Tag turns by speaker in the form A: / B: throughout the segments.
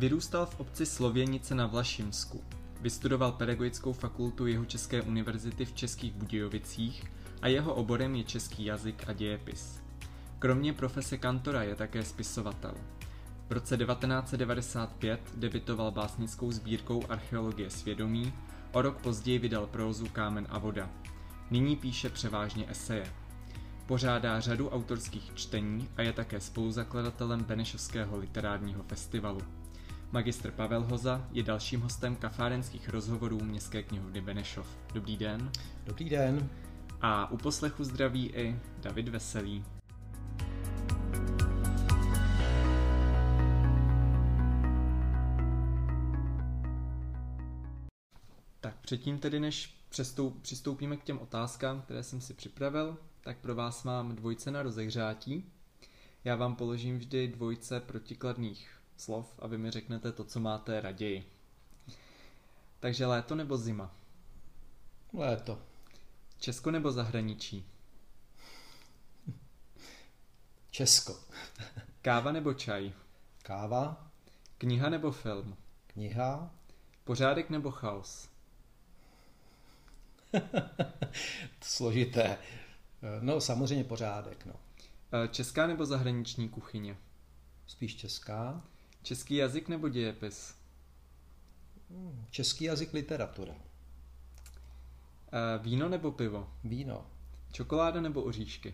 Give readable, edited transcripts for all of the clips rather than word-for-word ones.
A: Vyrůstal v obci Slověnice na Vlašimsku. Vystudoval Pedagogickou fakultu Jihočeské univerzity v Českých Budějovicích a jeho oborem je český jazyk a dějepis. Kromě profese kantora je také spisovatel. V roce 1995 debutoval básnickou sbírkou Archeologie svědomí, o rok později vydal prózu Kámen a voda. Nyní píše převážně eseje. Pořádá řadu autorských čtení a je také spoluzakladatelem Benešovského literárního festivalu. Magistr Pavel Hoza je dalším hostem kafárenských rozhovorů Městské knihovny Benešov. Dobrý den.
B: Dobrý den.
A: A u poslechu zdraví i David Veselý. Tak předtím tedy, než přistoupíme k těm otázkám, které jsem si připravil, tak pro vás mám dvojce na rozehřátí. Já vám položím vždy dvojce protikladných slov a vy mi řeknete to, co máte raději. Takže léto nebo zima?
B: Léto.
A: Česko nebo zahraničí?
B: Česko.
A: Káva nebo čaj?
B: Káva.
A: Kniha nebo film?
B: Kniha.
A: Pořádek nebo chaos?
B: Složité. No, samozřejmě pořádek, no.
A: Česká nebo zahraniční kuchyně?
B: Spíš česká.
A: Český jazyk nebo dějepis?
B: Český jazyk, literatura.
A: Víno nebo pivo?
B: Víno.
A: Čokoláda nebo oříšky?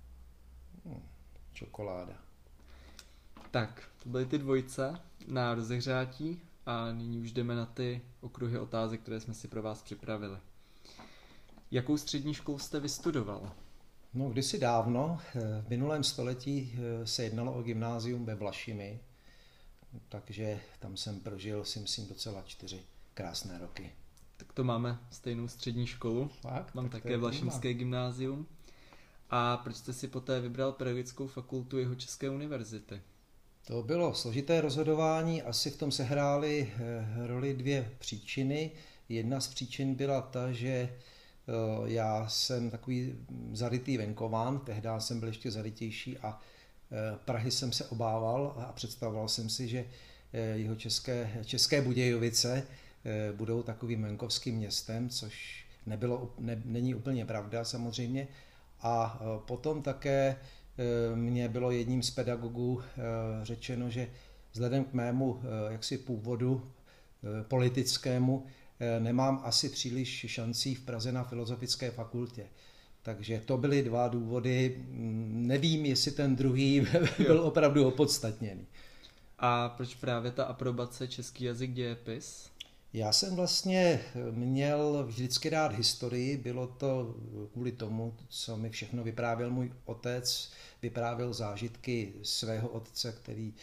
B: Čokoláda.
A: Tak, to byly ty dvojce na rozehřátí a nyní už jdeme na ty okruhy otázek, které jsme si pro vás připravili. Jakou střední školu jste vystudoval?
B: No, kdysi dávno, v minulém století se jednalo o gymnázium ve Vlašimi, takže tam jsem prožil, si myslím, docela 4 krásné roky.
A: Tak to máme stejnou střední školu.
B: Fakt?
A: Mám také Vlašimské gymnázium. A proč jste si poté vybral Pedagogickou fakultu Jihočeské univerzity?
B: To bylo složité rozhodování, asi v tom sehrály roli 2 příčiny. Jedna z příčin byla ta, že já jsem takový zarytý venkován, tehdy jsem byl ještě zarytější a Prahy jsem se obával a představoval jsem si, že České Budějovice budou takovým venkovským městem, což není úplně pravda samozřejmě. A potom také mě bylo jedním z pedagogů řečeno, že vzhledem k mému jaksi původu politickému nemám asi příliš šancí v Praze na Filozofické fakultě. Takže to byly 2 důvody. Nevím, jestli ten druhý byl opravdu opodstatněný.
A: A proč právě ta aprobace český jazyk dějepis?
B: Já jsem vlastně měl vždycky rád historii, bylo to kvůli tomu, co mi všechno vyprávěl můj otec, vyprávěl zážitky svého otce, který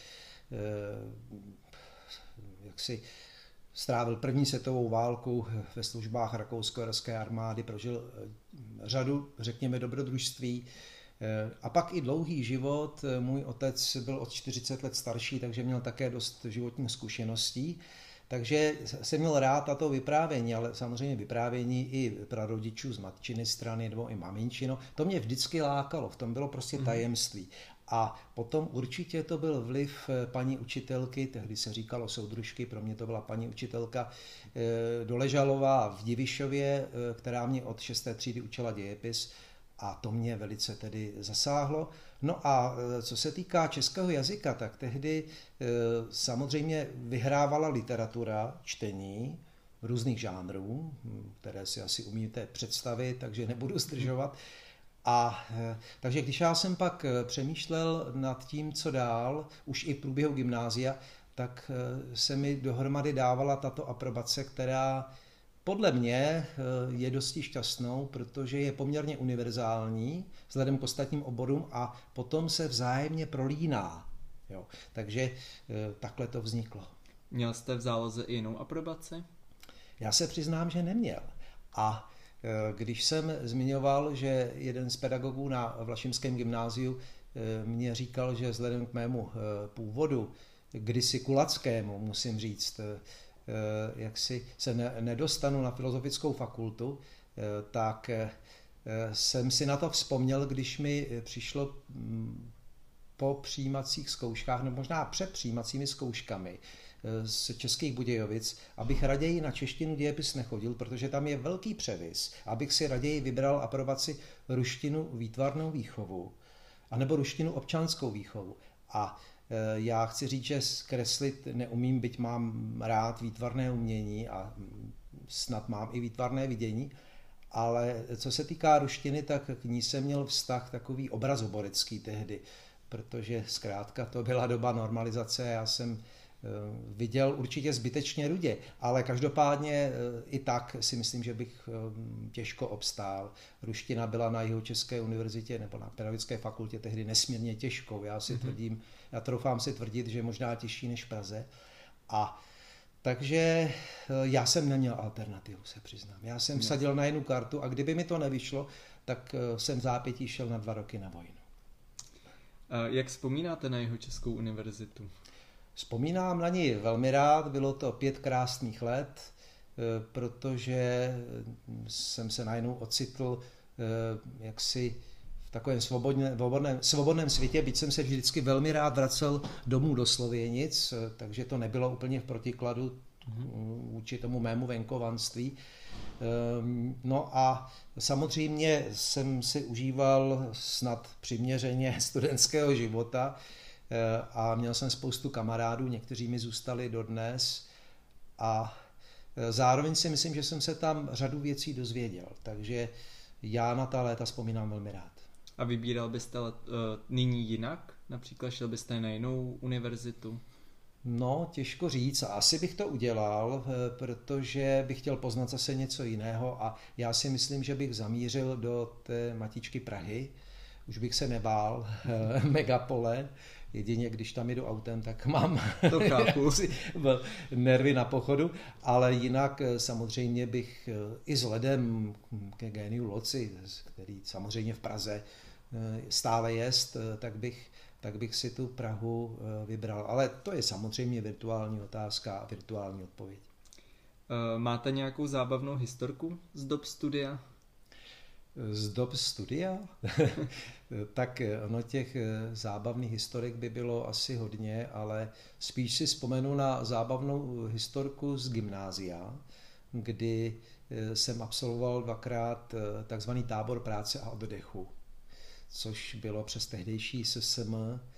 B: jaksi strávil první světovou válku ve službách rakousko-uherské armády, prožil řadu, řekněme, dobrodružství a pak i dlouhý život. Můj otec byl od 40 let starší, takže měl také dost životních zkušeností. Takže jsem měl rád tato vyprávění, ale samozřejmě vyprávění i prarodičů z matčiny strany nebo i maminčino. To mě vždycky lákalo, v tom bylo prostě tajemství. A potom určitě to byl vliv paní učitelky, tehdy se říkalo soudružky, pro mě to byla paní učitelka Doležalová v Divišově, která mě od 6. třídy učila dějepis a to mě velice tedy zasáhlo. No a co se týká českého jazyka, tak tehdy samozřejmě vyhrávala literatura, čtení různých žánrů, které si asi umíte představit, takže nebudu zdržovat. A takže když já jsem pak přemýšlel nad tím, co dál, už i v průběhu gymnázia, tak se mi dohromady dávala tato aprobace, která podle mě je dosti šťastnou, protože je poměrně univerzální vzhledem k ostatním oborům a potom se vzájemně prolíná. Jo. Takže takhle to vzniklo.
A: Měl jste v záloze i jinou aprobaci?
B: Já se přiznám, že neměl. A když jsem zmiňoval, že jeden z pedagogů na Vlašimském gymnáziu mě říkal, že vzhledem k mému původu, kdysi kulackému, musím říct, jak si se nedostanu na Filozofickou fakultu, tak jsem si na to vzpomněl, když mi přišlo po přijímacích zkouškách, nebo možná před přijímacími zkouškami, z Českých Budějovic, abych raději na češtinu dějepis nechodil, protože tam je velký převis, abych si raději vybral aprobaci ruštinu výtvarnou výchovu, anebo ruštinu občanskou výchovu. A já chci říct, že kreslit neumím, byť mám rád výtvarné umění a snad mám i výtvarné vidění, ale co se týká ruštiny, tak k ní jsem měl vztah takový obrazoborecký tehdy, protože zkrátka to byla doba normalizace, já jsem viděl určitě zbytečně rudě, ale každopádně i tak si myslím, že bych těžko obstál. Ruština byla na Jihočeské univerzitě nebo na Pedagogické fakultě tehdy nesmírně těžkou. Já troufám si tvrdit, že možná těžší než v Praze. Takže já jsem neměl alternativu, se přiznám. Já jsem vsadil na jednu kartu a kdyby mi to nevyšlo, tak jsem v zápětí šel na 2 roky na vojnu.
A: Jak vzpomínáte na Jihočeskou univerzitu?
B: Vzpomínám na ní velmi rád, bylo to 5 krásných let, protože jsem se najednou ocitl jaksi v takovém svobodném světě, byť jsem se vždycky velmi rád vracel domů do Slověnic, takže to nebylo úplně v protikladu vůči tomu mému venkovanství. No a samozřejmě jsem si užíval snad přiměřeně studentského života a měl jsem spoustu kamarádů, někteří mi zůstali dodnes a zároveň si myslím, že jsem se tam řadu věcí dozvěděl, takže já na ta léta vzpomínám velmi rád.
A: A vybíral byste nyní jinak? Například šel byste na jinou univerzitu?
B: No, těžko říct. Asi bych to udělal, protože bych chtěl poznat zase něco jiného a já si myslím, že bych zamířil do té matičky Prahy. Už bych se nebál megapole. Jedině, když tam jdu autem, tak mám
A: to chápu.
B: nervy na pochodu, ale jinak samozřejmě bych i vzhledem ke géniu loci, který samozřejmě v Praze stále jest, tak bych si tu Prahu vybral. Ale to je samozřejmě virtuální otázka a virtuální odpověď.
A: Máte nějakou zábavnou historku z dob studia?
B: Z dob studia? Tak ono těch zábavných historek by bylo asi hodně, ale spíš si vzpomenu na zábavnou historku z gymnázia, kdy jsem absolvoval 2krát takzvaný tábor práce a oddechu, což bylo přes tehdejší SSM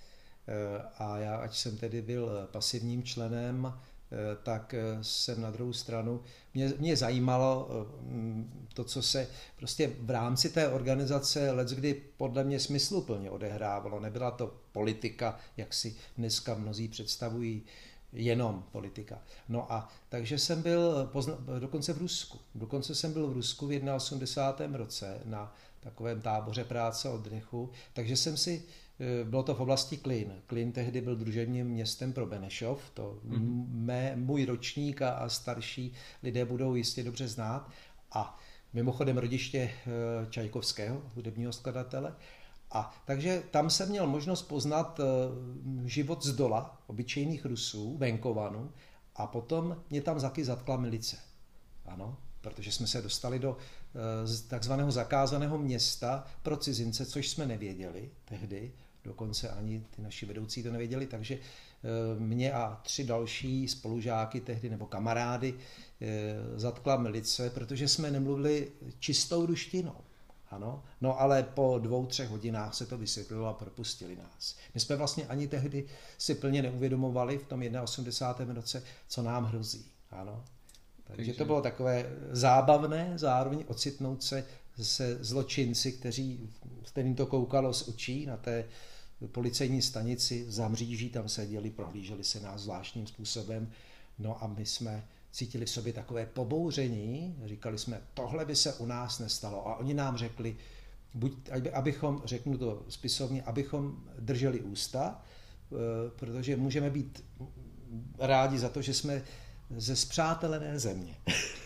B: a já, ať jsem tedy byl pasivním členem, tak jsem na druhou stranu, mě zajímalo to, co se prostě v rámci té organizace leckdy podle mě smysluplně odehrávalo. Nebyla to politika, jak si dneska mnozí představují, jenom politika. No a takže jsem byl dokonce v Rusku. Dokonce jsem byl v Rusku v 81. roce na takovém táboře práce a oddechu, takže jsem si bylo to v oblasti Klin. Klin tehdy byl družebním městem pro Benešov, to můj ročník a starší lidé budou jistě dobře znát. A mimochodem rodiště Čajkovského, hudebního skladatele. A takže tam jsem měl možnost poznat život z dola, obyčejných Rusů, venkovanů, a potom mě tam taky zatkla milice. Ano, protože jsme se dostali do takzvaného zakázaného města pro cizince, což jsme nevěděli tehdy, dokonce ani ty naši vedoucí to nevěděli, takže mě a 3 další spolužáky tehdy, nebo kamarády, zatkla milice, protože jsme nemluvili čistou ruštinou. Ano, no ale po 2-3 hodinách se to vysvětlilo a propustili nás. My jsme vlastně ani tehdy si plně neuvědomovali v tom 81. roce, co nám hrozí. Ano. Takže to bylo takové zábavné, zároveň ocitnout se zločinci, kterým to koukalo z očí na té policejní stanici za mříží, tam seděli, prohlíželi se nás zvláštním způsobem. No a my jsme cítili v sobě takové pobouření, říkali jsme, tohle by se u nás nestalo. A oni nám řekli, abychom, řeknu to spisovně, abychom drželi ústa, protože můžeme být rádi za to, že jsme ze spřátelené země.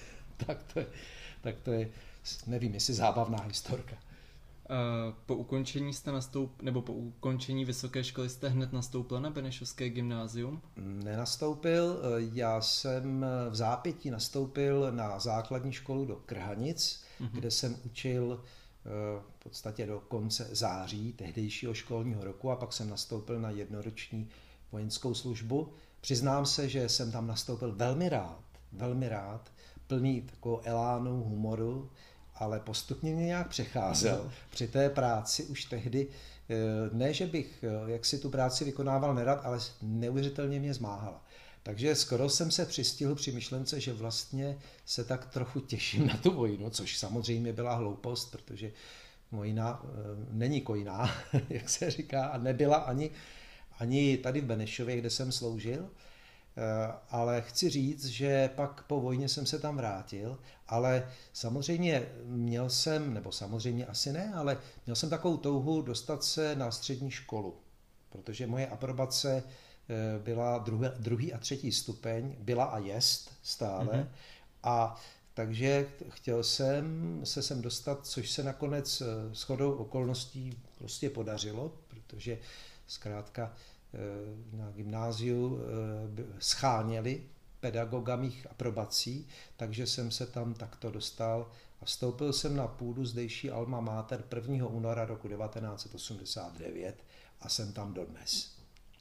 B: tak to je, nevím, jestli zábavná historka.
A: Po ukončení po ukončení vysoké školy jste hned nastoupil na Benešovské gymnázium?
B: Nenastoupil, já jsem v zápětí nastoupil na základní školu do Krhanic, kde jsem učil v podstatě do konce září tehdejšího školního roku a pak jsem nastoupil na jednoroční vojenskou službu. Přiznám se, že jsem tam nastoupil velmi rád, plný takovou elánu, humoru, ale postupně mě nějak přecházel. Při té práci už tehdy, ne, že bych jaksi tu práci vykonával nerad, ale neuvěřitelně mě zmáhala. Takže skoro jsem se přistihl při myšlence, že vlastně se tak trochu těším na tu vojnu, což samozřejmě byla hloupost, protože vojna není kojná, jak se říká, a nebyla ani tady v Benešově, kde jsem sloužil, ale chci říct, že pak po vojně jsem se tam vrátil, ale samozřejmě měl jsem, nebo samozřejmě asi ne, ale měl jsem takovou touhu dostat se na střední školu, protože moje aprobace byla druhý a třetí stupeň, byla a jest stále, a takže chtěl jsem se sem dostat, což se nakonec shodou okolností prostě podařilo, protože zkrátka na gymnáziu scháněli pedagoga mých aprobací, takže jsem se tam takto dostal a vstoupil jsem na půdu zdejší alma mater 1. února roku 1989 a jsem tam dodnes.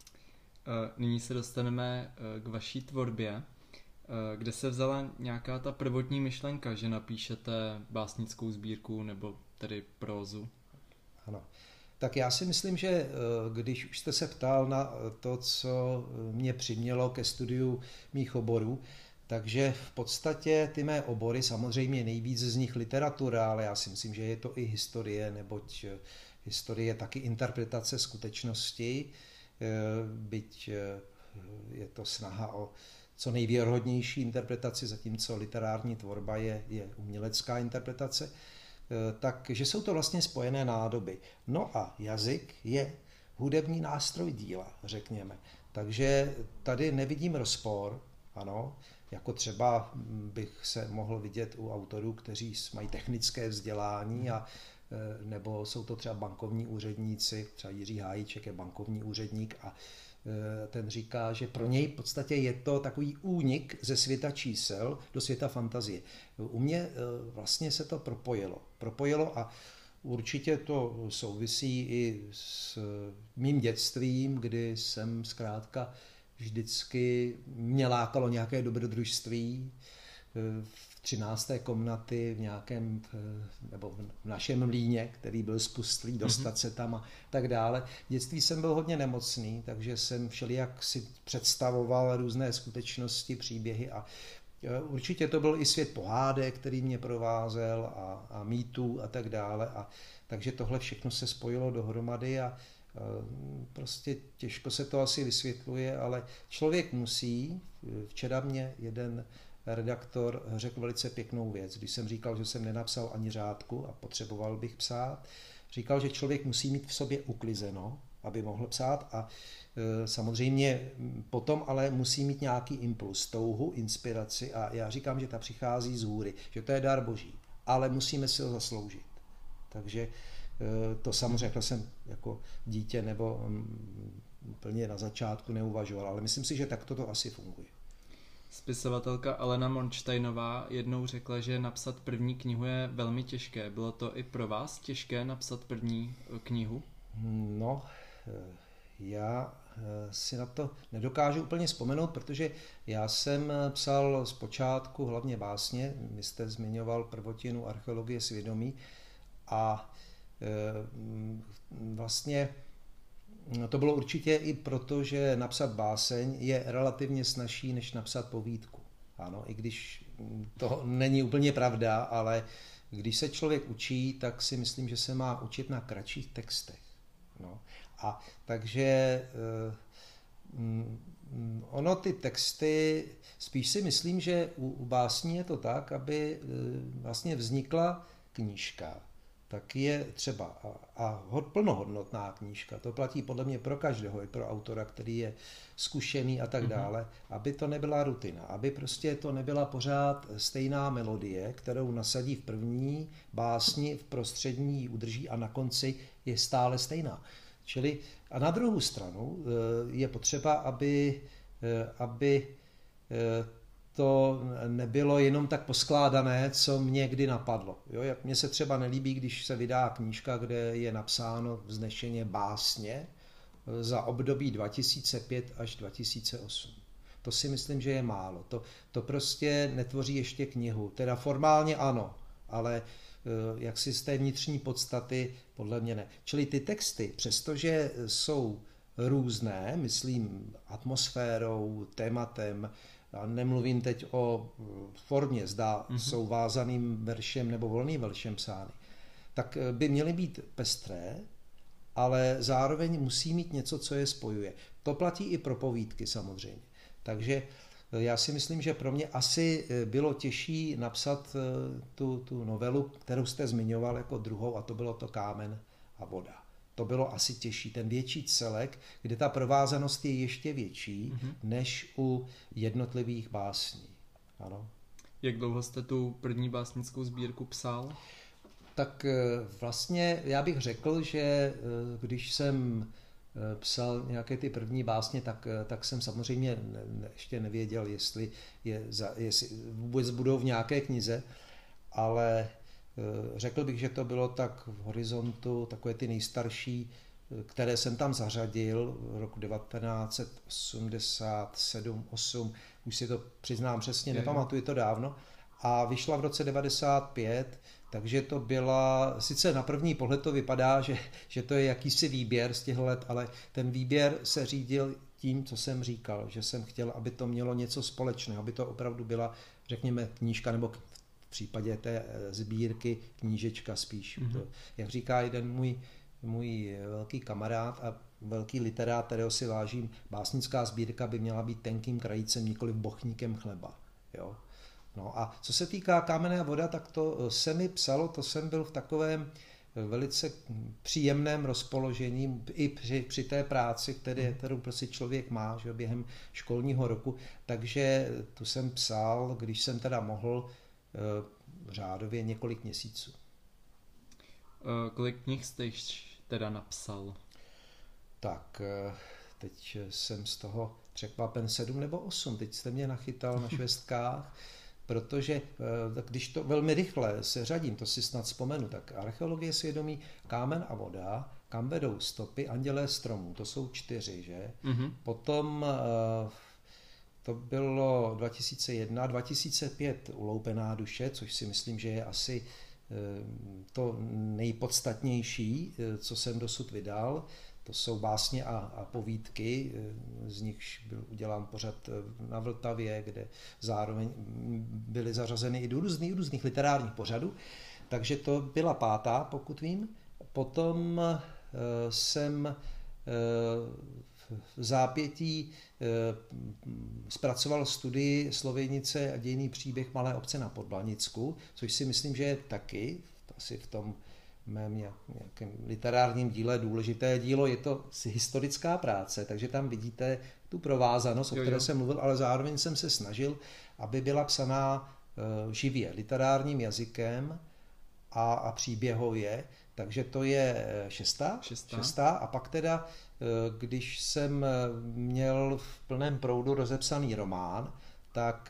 A: Nyní se dostaneme k vaší tvorbě, kde se vzala nějaká ta prvotní myšlenka, že napíšete básnickou sbírku nebo tedy prózu?
B: Ano. Tak já si myslím, že když už jste se ptal na to, co mě přimělo ke studiu mých oborů, takže v podstatě ty mé obory, samozřejmě nejvíc z nich literatura, ale já si myslím, že je to i historie, neboť historie je taky interpretace skutečnosti, byť je to snaha o co nejvěrohodnější interpretaci, zatímco literární tvorba je umělecká interpretace, takže jsou to vlastně spojené nádoby. No a jazyk je hudební nástroj díla, řekněme. Takže tady nevidím rozpor, ano, jako třeba bych se mohl vidět u autorů, kteří mají technické vzdělání, nebo jsou to třeba bankovní úředníci, třeba Jiří Hájíček je bankovní úředník a ten říká, že pro něj v podstatě je to takový únik ze světa čísel do světa fantazie. U mě vlastně se to propojilo a určitě to souvisí i s mým dětstvím, kdy jsem zkrátka vždycky mě lákalo nějaké dobrodružství, v 13. komnaty v nějakém, nebo v našem mlýně, který byl spustlý, dostat se tam a tak dále. V dětství jsem byl hodně nemocný, takže jsem všelijak si představoval různé skutečnosti, příběhy a určitě to byl i svět pohádek, který mě provázel a mýtů a tak dále. Takže tohle všechno se spojilo dohromady a prostě těžko se to asi vysvětluje, ale člověk musí. Včera mě jeden redaktor řekl velice pěknou věc, když jsem říkal, že jsem nenapsal ani řádku a potřeboval bych psát. Říkal, že člověk musí mít v sobě uklizeno, aby mohl psát a samozřejmě potom ale musí mít nějaký impuls, touhu, inspiraci a já říkám, že ta přichází z hůry, že to je dar boží, ale musíme si ho zasloužit. Takže to samozřejmě řekl jsem jako dítě nebo úplně na začátku neuvažoval, ale myslím si, že takto to asi funguje.
A: Spisovatelka Alena Monštejnová jednou řekla, že napsat první knihu je velmi těžké. Bylo to i pro vás těžké napsat první knihu?
B: No, já si na to nedokážu úplně vzpomenout, protože já jsem psal zpočátku hlavně básně, vy jste zmiňoval prvotinu archeologie svědomí a vlastně to bylo určitě i proto, že napsat báseň je relativně snazší, než napsat povídku. Ano, i když to není úplně pravda, ale když se člověk učí, tak si myslím, že se má učit na kratších textech. No. A takže ono ty texty, spíš si myslím, že u básní je to tak, aby vlastně vznikla knížka, tak je třeba a plnohodnotná knížka, to platí podle mě pro každého, i pro autora, který je zkušený a tak dále, aby to nebyla rutina, aby prostě to nebyla pořád stejná melodie, kterou nasadí v první básni, v prostřední ji udrží a na konci je stále stejná. Čili a na druhou stranu je potřeba, aby to nebylo jenom tak poskládané, co mě kdy napadlo. Jo, jak mně se třeba nelíbí, když se vydá knížka, kde je napsáno vznešeně básně, za období 2005 až 2008. To si myslím, že je málo. To prostě netvoří ještě knihu. Teda formálně ano, ale jaksi z té vnitřní podstaty podle mě ne. Čili ty texty, přestože jsou různé, myslím atmosférou, tématem, a nemluvím teď o formě, zda jsou vázaným veršem nebo volným veršem psány, tak by měly být pestré, ale zároveň musí mít něco, co je spojuje. To platí i pro povídky samozřejmě. Takže já si myslím, že pro mě asi bylo těžší napsat tu novelu, kterou jste zmiňoval jako druhou, a to bylo to Kámen a voda. To bylo asi těžší, ten větší celek, kde ta provázanost je ještě větší, než u jednotlivých básní. Ano.
A: Jak dlouho jste tu první básnickou sbírku psal?
B: Tak vlastně já bych řekl, že když jsem psal nějaké ty první básně, tak jsem samozřejmě ještě nevěděl, jestli vůbec budou v nějaké knize, ale řekl bych, že to bylo tak v horizontu takové ty nejstarší, které jsem tam zařadil v roku 1987-8, už si to přiznám přesně, nepamatuji to dávno, a vyšla v roce 95, takže to byla, sice na první pohled to vypadá, že to je jakýsi výběr z těch let, ale ten výběr se řídil tím, co jsem říkal, že jsem chtěl, aby to mělo něco společného, aby to opravdu byla, řekněme, knížka, nebo v případě té sbírky knížečka spíš. To, jak říká jeden můj velký kamarád a velký literát, kterého si vážím, básnická sbírka by měla být tenkým krajícem, nikoli bochníkem chleba. Jo? No a co se týká Kámen a voda, tak to se mi psalo, to jsem byl v takovém velice příjemném rozpoložení i při té práci, kterou prostě člověk má, že během školního roku, takže tu jsem psal, když jsem teda mohl, řádově několik měsíců.
A: Kolik knih jste teda napsal?
B: Tak, teď jsem z toho překvapen 7 nebo 8, teď jste mě nachytal na švestkách, protože když to velmi rychle se řadím, to si snad vzpomenu, tak archeologie svědomí, Kámen a voda, Kam vedou stopy, Andělé stromů, to jsou 4, že? Potom to bylo 2001, 2005 Uloupená duše, což si myslím, že je asi to nejpodstatnější, co jsem dosud vydal. To jsou básně a povídky, z nichž byl udělán pořad na Vltavě, kde zároveň byly zařazeny i do různých literárních pořadů. Takže to byla 5., pokud vím. Potom jsem v zápětí zpracoval studii Slověnice a dějný příběh malé obce na Podblanicku, což si myslím, že je taky asi v tom mém nějakém literárním díle důležité dílo, je to historická práce, takže tam vidíte tu provázanost, o které jsem mluvil, ale zároveň jsem se snažil, aby byla psaná živě, literárním jazykem a příběhově, takže to je šestá. A pak teda, když jsem měl v plném proudu rozepsaný román, tak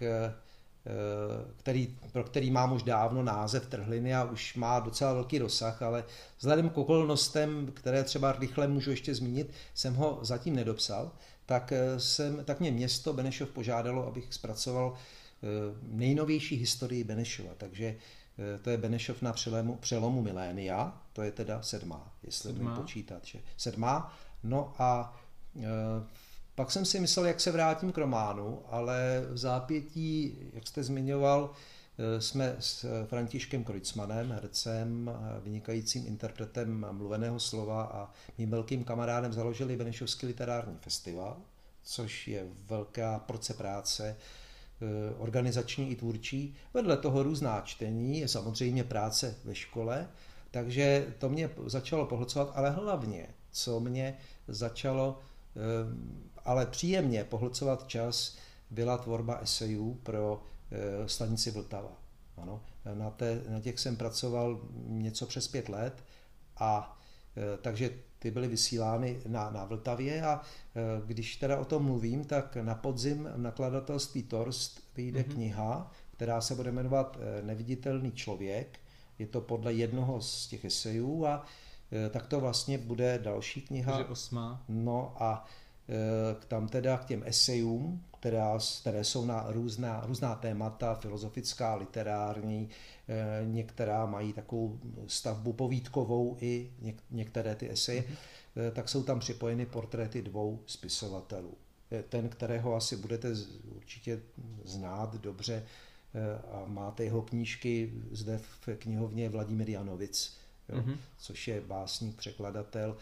B: pro který mám už dávno název Trhliny a už má docela velký rozsah, ale vzhledem k okolnostem, které třeba rychle můžu ještě zmínit, jsem ho zatím nedopsal, tak mě město Benešov požádalo, abych zpracoval nejnovější historii Benešova, takže to je Benešov na přelomu milénia, to je teda 7., jestli můžu počítat, že 7. No a pak jsem si myslel, jak se vrátím k románu, ale v zápětí, jak jste zmiňoval, jsme s Františkem Kreutzmannem, hercem, vynikajícím interpretem mluveného slova a mým velkým kamarádem založili Benešovský literární festival, což je velká porce práce, organizační i tvůrčí. Vedle toho různá čtení, je samozřejmě práce ve škole, takže to mě začalo pohlcovat, ale hlavně, co mě začalo ale příjemně pohlcovat čas, byla tvorba esejů pro stanici Vltava. Ano, na těch jsem pracoval něco přes 5 let a takže ty byly vysílány na Vltavě a když teda o tom mluvím, tak na podzim v nakladatelství Torst vyjde kniha, která se bude jmenovat Neviditelný člověk. Je to podle jednoho z těch esejů a tak to vlastně bude další kniha.
A: Takže 8.
B: No a tam teda k těm esejům, které jsou na různá témata, filozofická, literární, některá mají takovou stavbu povídkovou i některé ty eseje, tak jsou tam připojeny portréty 2 spisovatelů. Ten, kterého asi budete určitě znát dobře a máte jeho knížky zde v knihovně Vladimír Janovic, jo, což je básník, překladatel,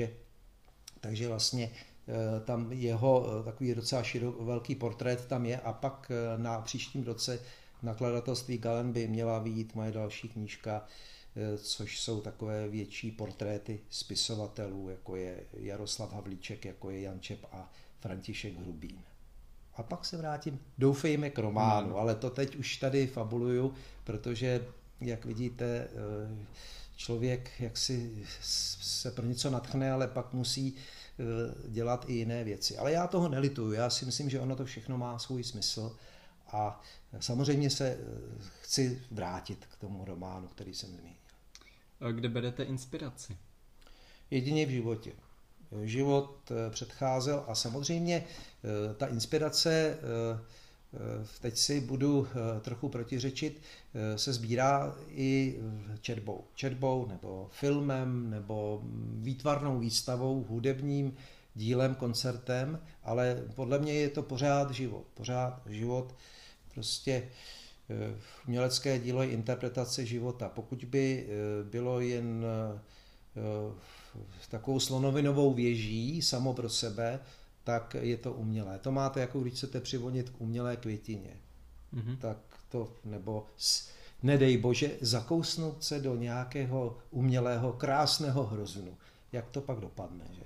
B: takže vlastně tam jeho takový docela velký portrét tam je a pak na příštím roce nakladatelství Galen by měla vyjít moje další knížka, což jsou takové větší portréty spisovatelů, jako je Jaroslav Havlíček, jako je Jan Čep a František Hrubín. A pak se vrátím, doufejme, k románu, ale to teď už tady fabuluju, protože, jak vidíte, člověk jaksi se pro něco natchne, ale pak musí dělat i jiné věci. Ale já toho nelituju, já si myslím, že ono to všechno má svůj smysl a samozřejmě se chci vrátit k tomu románu, který jsem zmínil.
A: A kde berete inspiraci?
B: Jedině v životě. Život předcházel a samozřejmě ta inspirace, teď si budu trochu protiřečit, se sbírá i četbou nebo filmem nebo výtvarnou výstavou, hudebním dílem, koncertem, ale podle mě je to pořád život, prostě umělecké dílo je interpretace života. Pokud by bylo jen takovou slonovinovou věží samo pro sebe, tak je to umělé. To máte, jako když chcete přivonit k umělé květině. Tak to, nebo nedej bože, zakousnout se do nějakého umělého, krásného hroznu. Jak to pak dopadne, že?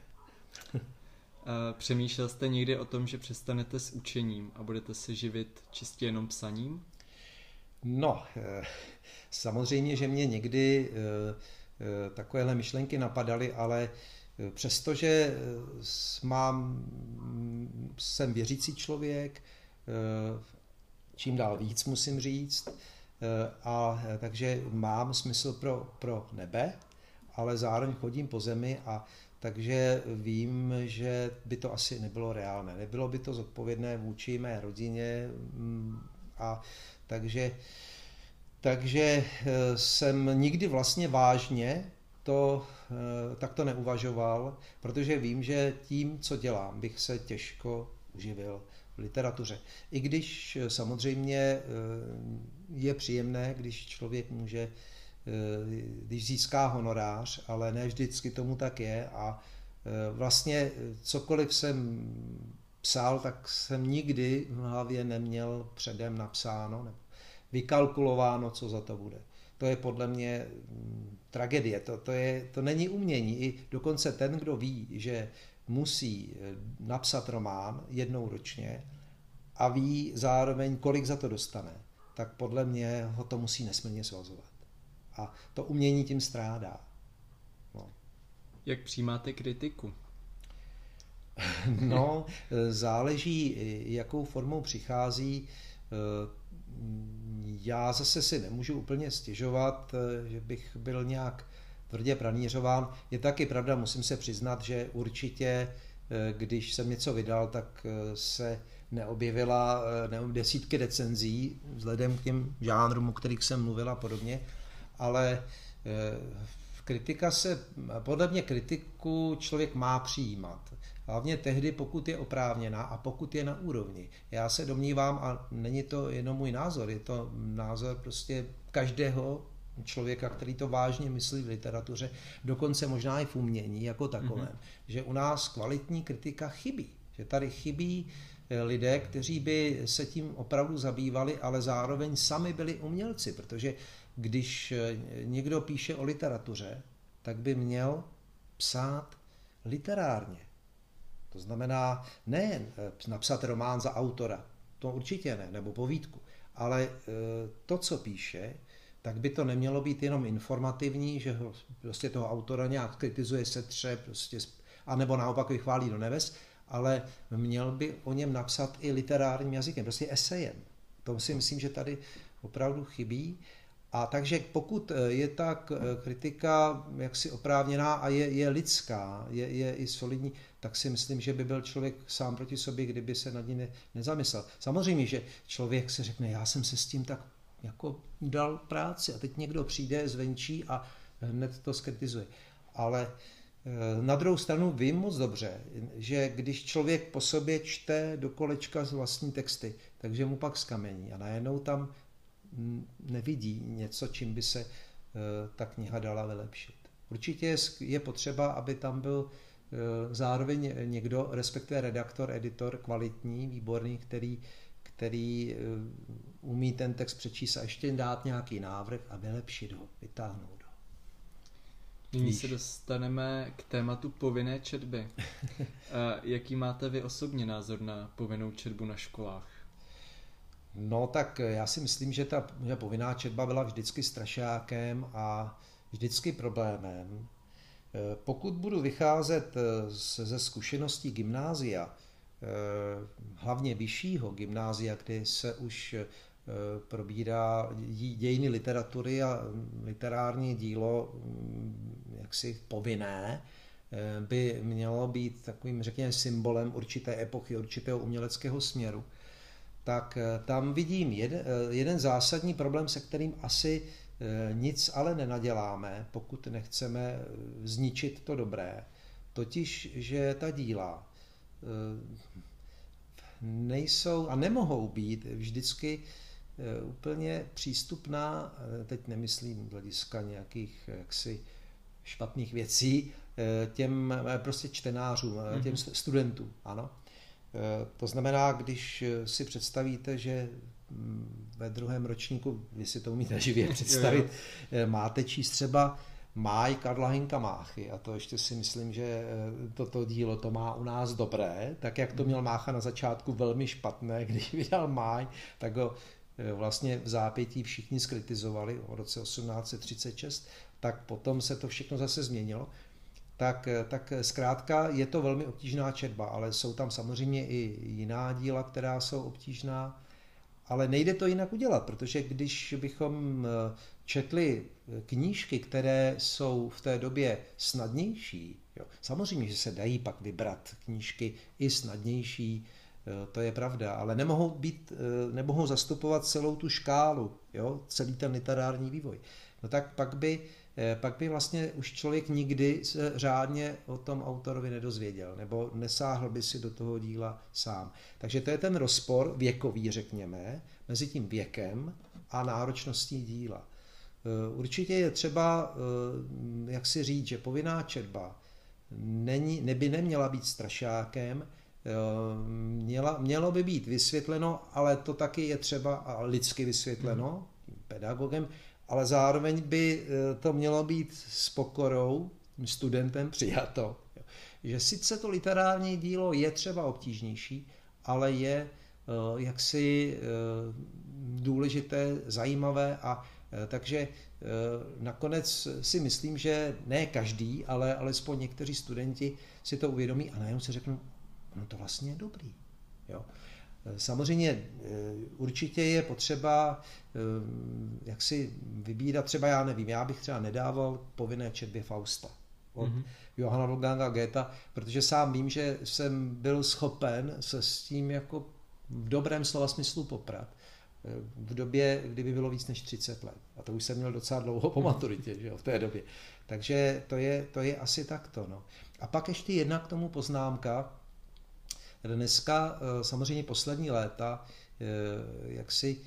A: Přemýšlel jste někdy o tom, že přestanete s učením a budete se živit čistě jenom psaním?
B: No, samozřejmě, že mě někdy takovéhle myšlenky napadaly, ale přestože jsem věřící člověk, čím dál víc musím říct, a takže mám smysl pro nebe, ale zároveň chodím po zemi a takže vím, že by to asi nebylo reálné. Nebylo by to zodpovědné vůči mé rodině a takže jsem nikdy vlastně vážně takto neuvažoval, protože vím, že tím, co dělám, bych se těžko uživil v literatuře. I když samozřejmě je příjemné, když člověk může, když získá honorář, ale ne vždycky tomu tak je a vlastně cokoliv jsem psal, tak jsem nikdy v hlavě neměl předem napsáno nebo vykalkulováno, co za to bude. To je podle mě tragédie, to není umění. I dokonce ten, kdo ví, že musí napsat román jednou ročně a ví zároveň, kolik za to dostane, tak podle mě ho to musí nesmírně svazovat. A to umění tím strádá. No.
A: Jak přijímáte kritiku?
B: No, záleží, jakou formou přichází. Já zase si nemůžu úplně stěžovat, že bych byl nějak tvrdě pranířován. Je taky pravda, musím se přiznat, že určitě, když jsem něco vydal, tak se neobjevila desítky recenzí vzhledem k těm žánrům, o kterých jsem mluvil a podobně, ale podle mě kritiku člověk má přijímat. Hlavně tehdy, pokud je oprávněná a pokud je na úrovni. Já se domnívám, a není to jenom můj názor, je to názor prostě každého člověka, který to vážně myslí v literatuře, dokonce možná i v umění jako takovém, že u nás kvalitní kritika chybí. Že tady chybí lidé, kteří by se tím opravdu zabývali, ale zároveň sami byli umělci, protože když někdo píše o literatuře, tak by měl psát literárně. To znamená nejen napsat román za autora, to určitě ne, nebo povídku, ale to, co píše, tak by to nemělo být jenom informativní, že prostě toho autora nějak kritizuje, setře, prostě, anebo naopak vychválí do neves, ale měl by o něm napsat i literárním jazykem, prostě esejem. To si myslím, že tady opravdu chybí A takže pokud je ta kritika jaksi oprávněná a je lidská, je i solidní, tak si myslím, že by byl člověk sám proti sobě, kdyby se nad ní nezamyslel. Samozřejmě, že člověk se řekne, já jsem se s tím tak jako dal práci a teď někdo přijde zvenčí a hned to skritizuje. Ale na druhou stranu vím moc dobře, že když člověk po sobě čte do kolečka z vlastní texty, takže mu pak zkamení a najednou tam nevidí něco, čím by se ta kniha dala vylepšit. Určitě je potřeba, aby tam byl zároveň někdo, respektive redaktor, editor, kvalitní, výborný, který umí ten text přečíst a ještě dát nějaký návrh a vylepšit ho, vytáhnout ho.
A: Nyní se dostaneme k tématu povinné četby. Jaký máte vy osobně názor na povinnou četbu na školách?
B: No tak já si myslím, že ta povinná četba byla vždycky strašákem a vždycky problémem. Pokud budu vycházet ze zkušeností gymnázia, hlavně vyššího gymnázia, kde se už probírá dějiny literatury a literární dílo jaksi povinné, by mělo být takovým, řekněme, symbolem určité epochy, určitého uměleckého směru, tak tam vidím jeden zásadní problém, se kterým asi nic ale nenaděláme, pokud nechceme zničit to dobré. Totiž, že ta díla nejsou a nemohou být vždycky úplně přístupná, teď nemyslím z hlediska nějakých jaksi špatných věcí, těm prostě čtenářům, těm studentům, ano. To znamená, když si představíte, že ve druhém ročníku, vy si to umíte živě představit, máte číst třeba Máj Karla Hynka Máchy, a to ještě si myslím, že toto dílo to má u nás dobré, tak jak to měl Mácha na začátku velmi špatné, když vydal Máj, tak ho vlastně v zápětí všichni skritizovali v roce 1836, tak potom se to všechno zase změnilo. Tak zkrátka je to velmi obtížná četba, ale jsou tam samozřejmě i jiná díla, která jsou obtížná, ale nejde to jinak udělat, protože když bychom četli knížky, které jsou v té době snadnější, jo, samozřejmě, že se dají pak vybrat knížky i snadnější, to je pravda, ale nemohou zastupovat celou tu škálu, jo, celý ten literární vývoj. No tak pak by vlastně už člověk nikdy se řádně o tom autorovi nedozvěděl, nebo nesáhl by si do toho díla sám. Takže to je ten rozpor věkový, řekněme, mezi tím věkem a náročností díla. Určitě je třeba, jak si říct, že povinná četba by neměla být strašákem, mělo by být vysvětleno, ale to taky je třeba a lidsky vysvětleno pedagogem, ale zároveň by to mělo být s pokorou studentem přijato. Že sice to literární dílo je třeba obtížnější, ale je jaksi důležité, zajímavé a takže nakonec si myslím, že ne každý, ale alespoň někteří studenti si to uvědomí a najednou si řeknou, no to vlastně je dobrý. Jo. Samozřejmě určitě je potřeba jak si vybírat, třeba já nevím, já bych třeba nedával povinné četbě Fausta od Johanna Wolfganga Goetha, protože sám vím, že jsem byl schopen se s tím jako v dobrém slova smyslu poprat v době, kdyby bylo víc než 30 let. A to už jsem měl docela dlouho po maturitě, že jo, v té době. Takže to je asi takto. No. A pak ještě jedna k tomu poznámka. Dneska samozřejmě poslední léta, jak si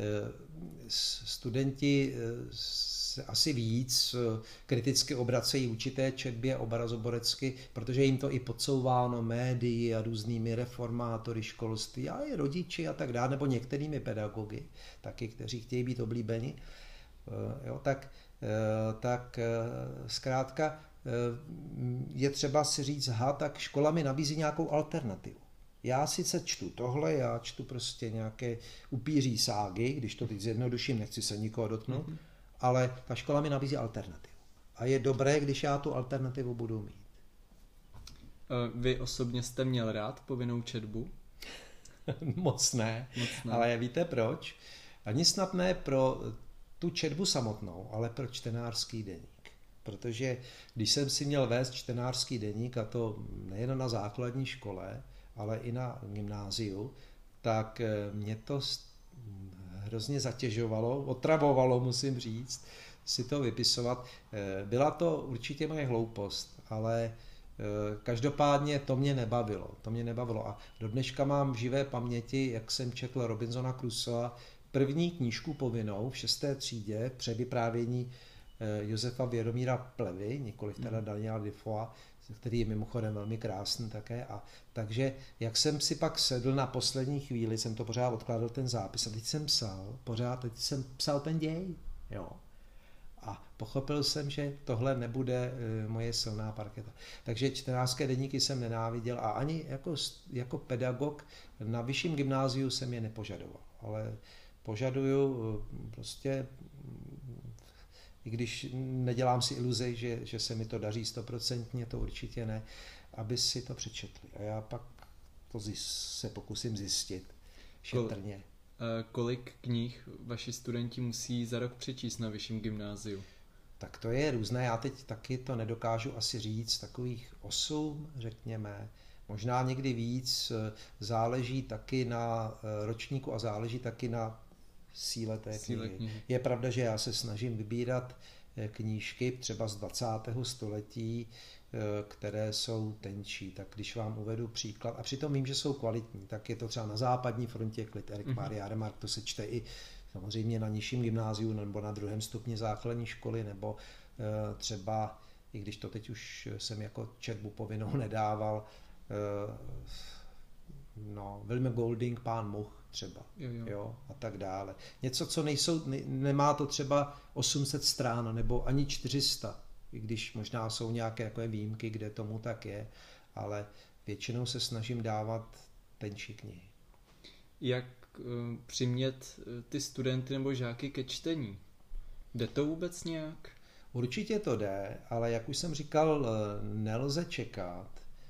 B: studenti se asi víc kriticky obracejí určité četbě obrazoborecky, protože jim to i podsouváno médii a různými reformátory školství a i rodiči a tak dále, nebo některými pedagogy, taky, kteří chtějí být oblíbeni. Jo, tak zkrátka je třeba si říct, tak škola mi nabízí nějakou alternativu. Já sice čtu tohle, já čtu prostě nějaké upíří ságy, když to teď zjednoduším, nechci se nikoho dotknout, ale ta škola mi nabízí alternativu. A je dobré, když já tu alternativu budu mít.
A: Vy osobně jste měl rád povinnou četbu?
B: Moc ne, ale víte proč? Ani snad ne pro tu četbu samotnou, ale pro čtenářský deník. Protože když jsem si měl vést čtenářský deník, a to nejen na základní škole, ale i na gymnáziu, tak mě to hrozně zatěžovalo, otravovalo, musím říct, si to vypisovat. Byla to určitě moje hloupost, ale každopádně to mě nebavilo. A do dneška mám v živé paměti, jak jsem četl Robinsona Crusoe, první knížku povinnou v 6. třídě, převyprávění Josefa Vědomíra Plevy, nikoliv teda Daniela Defoe, který je mimochodem velmi krásný také. A takže jak jsem si pak sedl na poslední chvíli, jsem to pořád odkládal ten zápis a teď jsem psal ten děj. Jo. A pochopil jsem, že tohle nebude moje silná parketa. Takže čtenářské deníky jsem nenáviděl a ani jako pedagog na vyšším gymnáziu jsem je nepožadoval. Ale požaduju prostě, i když nedělám si iluzi, že se mi to daří 100%, to určitě ne, aby si to přečetli. A já pak to se pokusím zjistit šetrně.
A: Kolik knih vaši studenti musí za rok přečíst na vyšším gymnáziu?
B: Tak to je různé, já teď taky to nedokážu asi říct, takových 8, řekněme, možná někdy víc, záleží taky na ročníku a záleží taky na síle té knihy. Je pravda, že já se snažím vybírat knížky třeba z 20. století, které jsou tenčí. Tak když vám uvedu příklad, a přitom vím, že jsou kvalitní, tak je to třeba na západní frontě Klid Erik Maria Remarque, to se čte i samozřejmě na nižším gymnáziu nebo na 2. stupni základní školy, nebo třeba, i když to teď už jsem jako četbu povinnou nedával, William Golding, Pán Much třeba, jo, a tak dále. Něco, co nemá to třeba 800 strán, nebo ani 400, i když možná jsou nějaké takové výjimky, kde tomu tak je, ale většinou se snažím dávat tenčí knihy.
A: Jak přimět ty studenty nebo žáky ke čtení? Jde to vůbec nějak?
B: Určitě to jde, ale jak už jsem říkal, nelze čekat,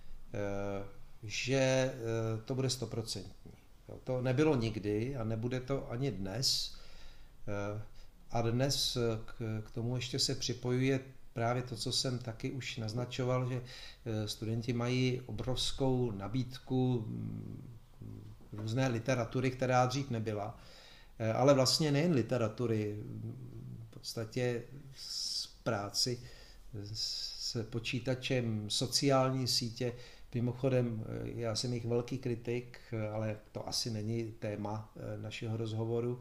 B: že to bude 100%. To nebylo nikdy a nebude to ani dnes. A dnes k tomu ještě se připojuje právě to, co jsem taky už naznačoval, že studenti mají obrovskou nabídku různé literatury, která dřív nebyla. Ale vlastně nejen literatury, v podstatě z práci s počítačem, sociální sítě. Mimochodem, já jsem jich velký kritik, ale to asi není téma našeho rozhovoru.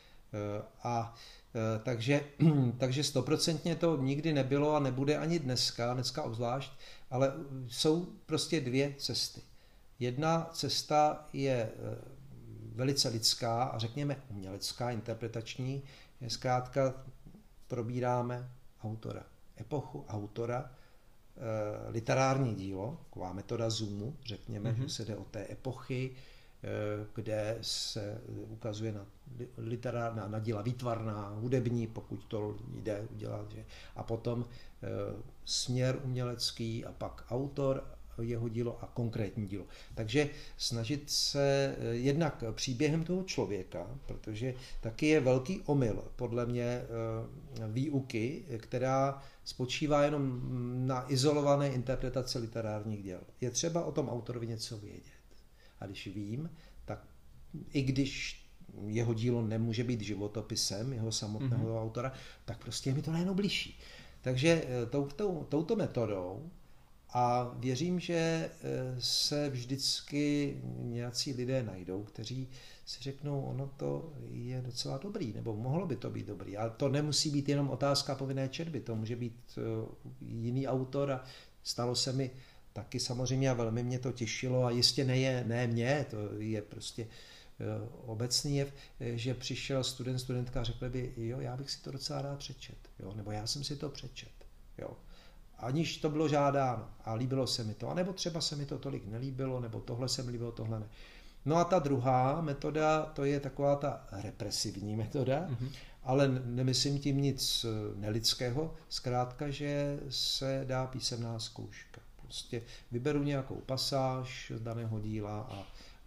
B: Takže 100% to nikdy nebylo a nebude ani dneska obzvlášť, ale jsou prostě dvě cesty. Jedna cesta je velice lidská a řekněme umělecká, interpretační, je zkrátka probíráme autora, epochu autora, literární dílo, taková metoda zoomu, řekněme, že se jde o té epochy, kde se ukazuje na díla výtvarná, hudební, pokud to jde udělat, že? A potom směr umělecký a pak autor, jeho dílo a konkrétní dílo. Takže snažit se jednak příběhem toho člověka, protože taky je velký omyl podle mě výuky, která spočívá jenom na izolované interpretaci literárních děl. Je třeba o tom autorovi něco vědět. A když vím, tak i když jeho dílo nemůže být životopisem jeho samotného autora, tak prostě je mi to najednou bližší. Takže touto metodou a věřím, že se vždycky nějací lidé najdou, kteří si řeknou, ono to je docela dobrý, nebo mohlo by to být dobrý. Ale to nemusí být jenom otázka povinné četby, to může být jiný autor a stalo se mi taky samozřejmě a velmi mě to těšilo a jistě ne mě, to je prostě obecný jev, že přišel studentka a řekl by, jo, já bych si to docela rád přečet, jo, nebo já jsem si to přečet, jo. Aniž to bylo žádáno a líbilo se mi to, anebo třeba se mi to tolik nelíbilo, nebo tohle se mi líbilo, tohle ne. No a ta druhá metoda, to je taková ta represivní metoda, ale nemyslím tím nic nelidského, zkrátka, že se dá písemná zkouška. Prostě vyberu nějakou pasáž z daného díla a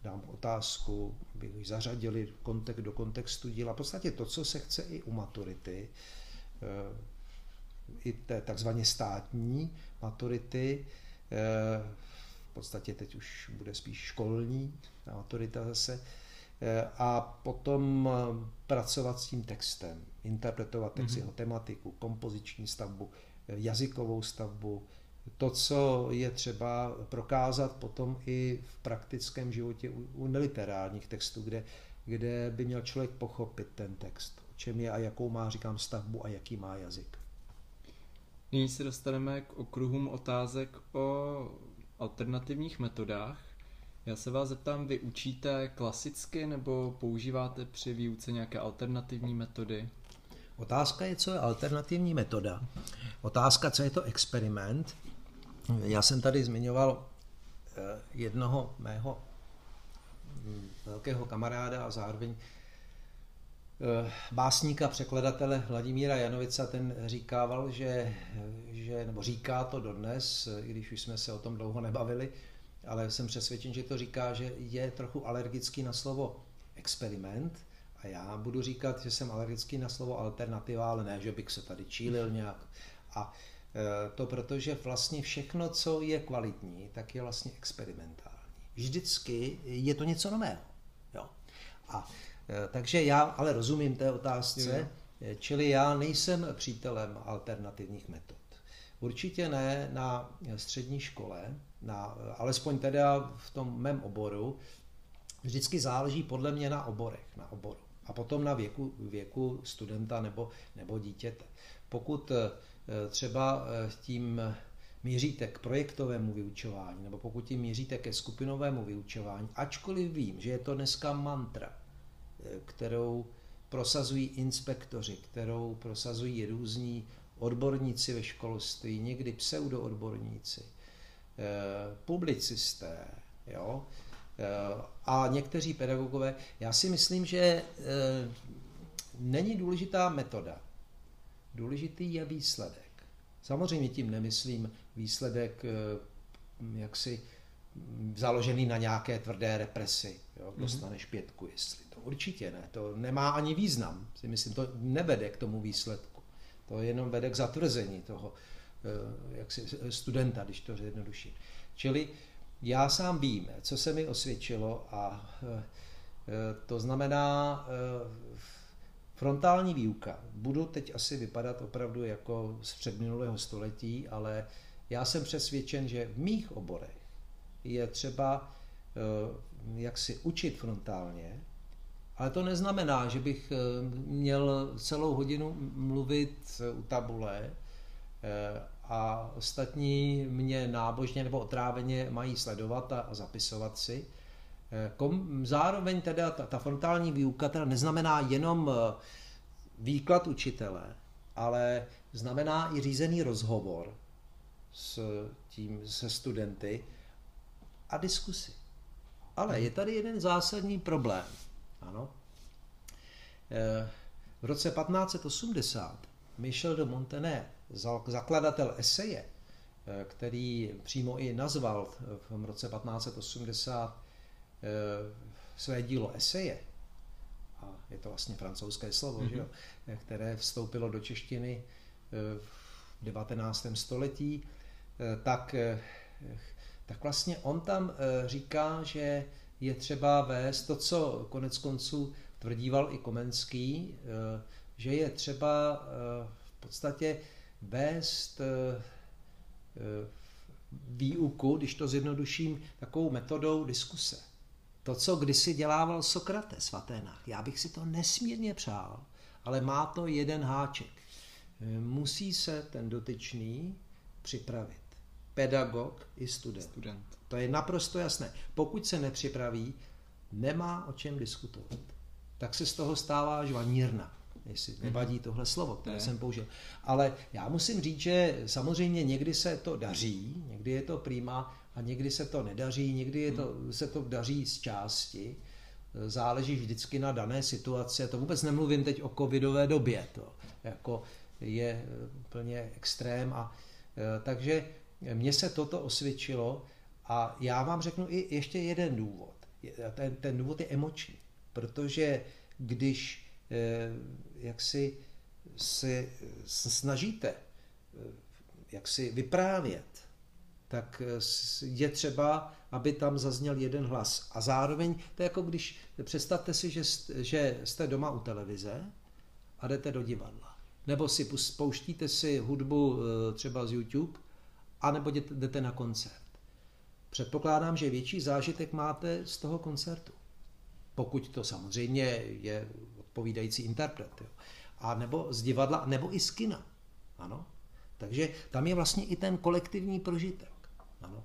B: dám otázku, aby ji zařadili do kontextu díla. V podstatě to, co se chce i u maturity, i té takzvaně státní maturity, v podstatě teď už bude spíš školní ta maturita zase, a potom pracovat s tím textem, interpretovat text, jeho tematiku, kompoziční stavbu, jazykovou stavbu, to, co je třeba prokázat potom i v praktickém životě u neliterárních textů, kde by měl člověk pochopit ten text, o čem je a jakou má, říkám, stavbu a jaký má jazyk.
A: Nyní se dostaneme k okruhům otázek o alternativních metodách. Já se vás zeptám, vy učíte klasicky nebo používáte při výuce nějaké alternativní metody?
B: Otázka je, co je alternativní metoda. Otázka, co je to experiment. Já jsem tady zmiňoval jednoho mého velkého kamaráda a zároveň básníka, překladatele Vladimíra Janovica. Ten říkával, nebo říká to dodnes, i když už jsme se o tom dlouho nebavili, ale jsem přesvědčen, že to říká, že je trochu alergický na slovo experiment, a já budu říkat, že jsem alergický na slovo alternativa, ale ne, že bych se tady čílil nějak. A to protože vlastně všechno, co je kvalitní, tak je vlastně experimentální. Vždycky je to něco nového. Jo. Takže já ale rozumím té otázce, čili já nejsem přítelem alternativních metod. Určitě ne na střední škole, alespoň teda v tom mém oboru. Vždycky záleží podle mě na oboru a potom na věku studenta nebo dítěte. Pokud třeba tím míříte k projektovému vyučování, nebo pokud tím míříte ke skupinovému vyučování, ačkoliv vím, že je to dneska mantra, kterou prosazují inspektoři, kterou prosazují různí odborníci ve školství, někdy pseudoodborníci, publicisté, jo, a někteří pedagogové. Já si myslím, že není důležitá metoda. Důležitý je výsledek. Samozřejmě tím nemyslím výsledek jaksi založený na nějaké tvrdé represi. Jo? Dostaneš 5, jestli to určitě ne. To nemá ani význam. Si myslím, to nevede k tomu výsledku. To jenom vede k zatvrzení toho jaksi studenta, když to zjednoduším. Čili já sám vím, co se mi osvědčilo, a to znamená frontální výuka. Budu teď asi vypadat opravdu jako z předminulého století, ale já jsem přesvědčen, že v mých oborech je třeba jak si učit frontálně, ale to neznamená, že bych měl celou hodinu mluvit u tabule a ostatní mě nábožně nebo otráveně mají sledovat a zapisovat si. Zároveň teda ta frontální výuka teda neznamená jenom výklad učitele, ale znamená i řízený rozhovor se studenty a diskusi. Ale je tady jeden zásadní problém. Ano. V roce 1580 Michel de Montaigne, zakladatel eseje, který přímo i nazval v roce 1580 své dílo eseje, a je to vlastně francouzské slovo, že jo, které vstoupilo do češtiny v 19. století, tak vlastně on tam říká, že je třeba vést to, co konec konců tvrdíval i Komenský, že je třeba v podstatě vést výuku, když to zjednoduším, takovou metodou diskuse. To, co kdysi dělával Sokrates v Aténách, já bych si to nesmírně přál, ale má to jeden háček. Musí se ten dotyčný připravit. Pedagog i student. To je naprosto jasné. Pokud se nepřipraví, nemá o čem diskutovat. Tak se z toho stává žvanírna, jestli nevadí tohle slovo, které jsem použil. Ale já musím říct, že samozřejmě někdy se to daří, někdy je to prima a někdy se to nedaří, někdy se to daří z části. Záleží vždycky na dané situaci. To vůbec nemluvím teď o covidové době. To jako je úplně extrém. Takže mně se toto osvědčilo a já vám řeknu i ještě jeden důvod. Ten důvod je emoční, protože když jak si se snažíte jak si vyprávět, tak je třeba, aby tam zazněl jeden hlas. A zároveň to je jako když, představte si, že jste doma u televize a jdete do divadla. Nebo si pouštíte si hudbu třeba z YouTube, anebo jdete na koncert. Předpokládám, že větší zážitek máte z toho koncertu. Pokud to samozřejmě je odpovídající interpret. Jo. A nebo z divadla, nebo i z kina. Ano. Takže tam je vlastně i ten kolektivní prožitek. Ano.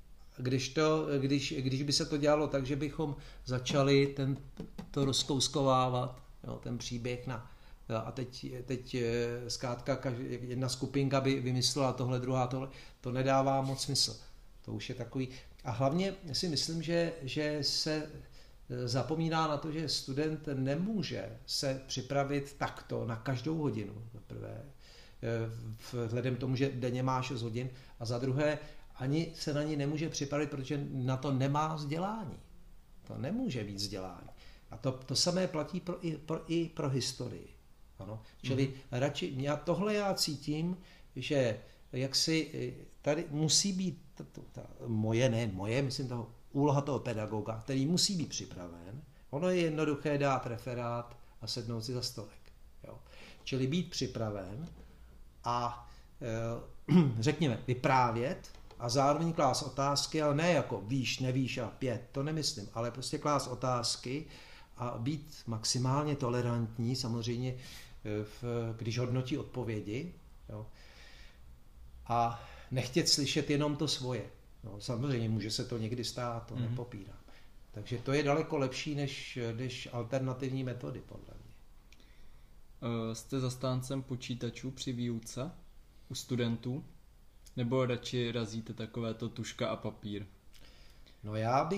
B: Když by se to dělalo tak, že bychom začali to rozkouskovávat, jo, ten příběh a teď zkrátka jedna skupinka by vymyslela tohle, druhá tohle, to nedává moc smysl. To už je takový. A hlavně si myslím, že se zapomíná na to, že student nemůže se připravit takto na každou hodinu. Za prvé, vzhledem k tomu, že denně má 6 hodin, a za druhé, ani se na ní nemůže připravit, protože na to nemá vzdělání. To nemůže být vzdělání. A to samé platí i pro historii. Ano. Čili radši, tohle cítím, že jaksi tady musí být myslím toho úloha toho pedagoga, který musí být připraven. Ono je jednoduché dát referát a sednout si za stolek. Jo. Čili být připraven a řekněme vyprávět a zároveň klást otázky, ale ne jako víš, nevíš a 5, to nemyslím, ale prostě klást otázky a být maximálně tolerantní, samozřejmě, když hodnotí odpovědi. Jo. A nechtět slyšet jenom to svoje. No, samozřejmě může se to někdy stát, to nepopírám. Takže to je daleko lepší než alternativní metody, podle mě.
A: Jste zastáncem počítačů při výuce u studentů? Nebo radši razíte takovéto tužka a papír?
B: No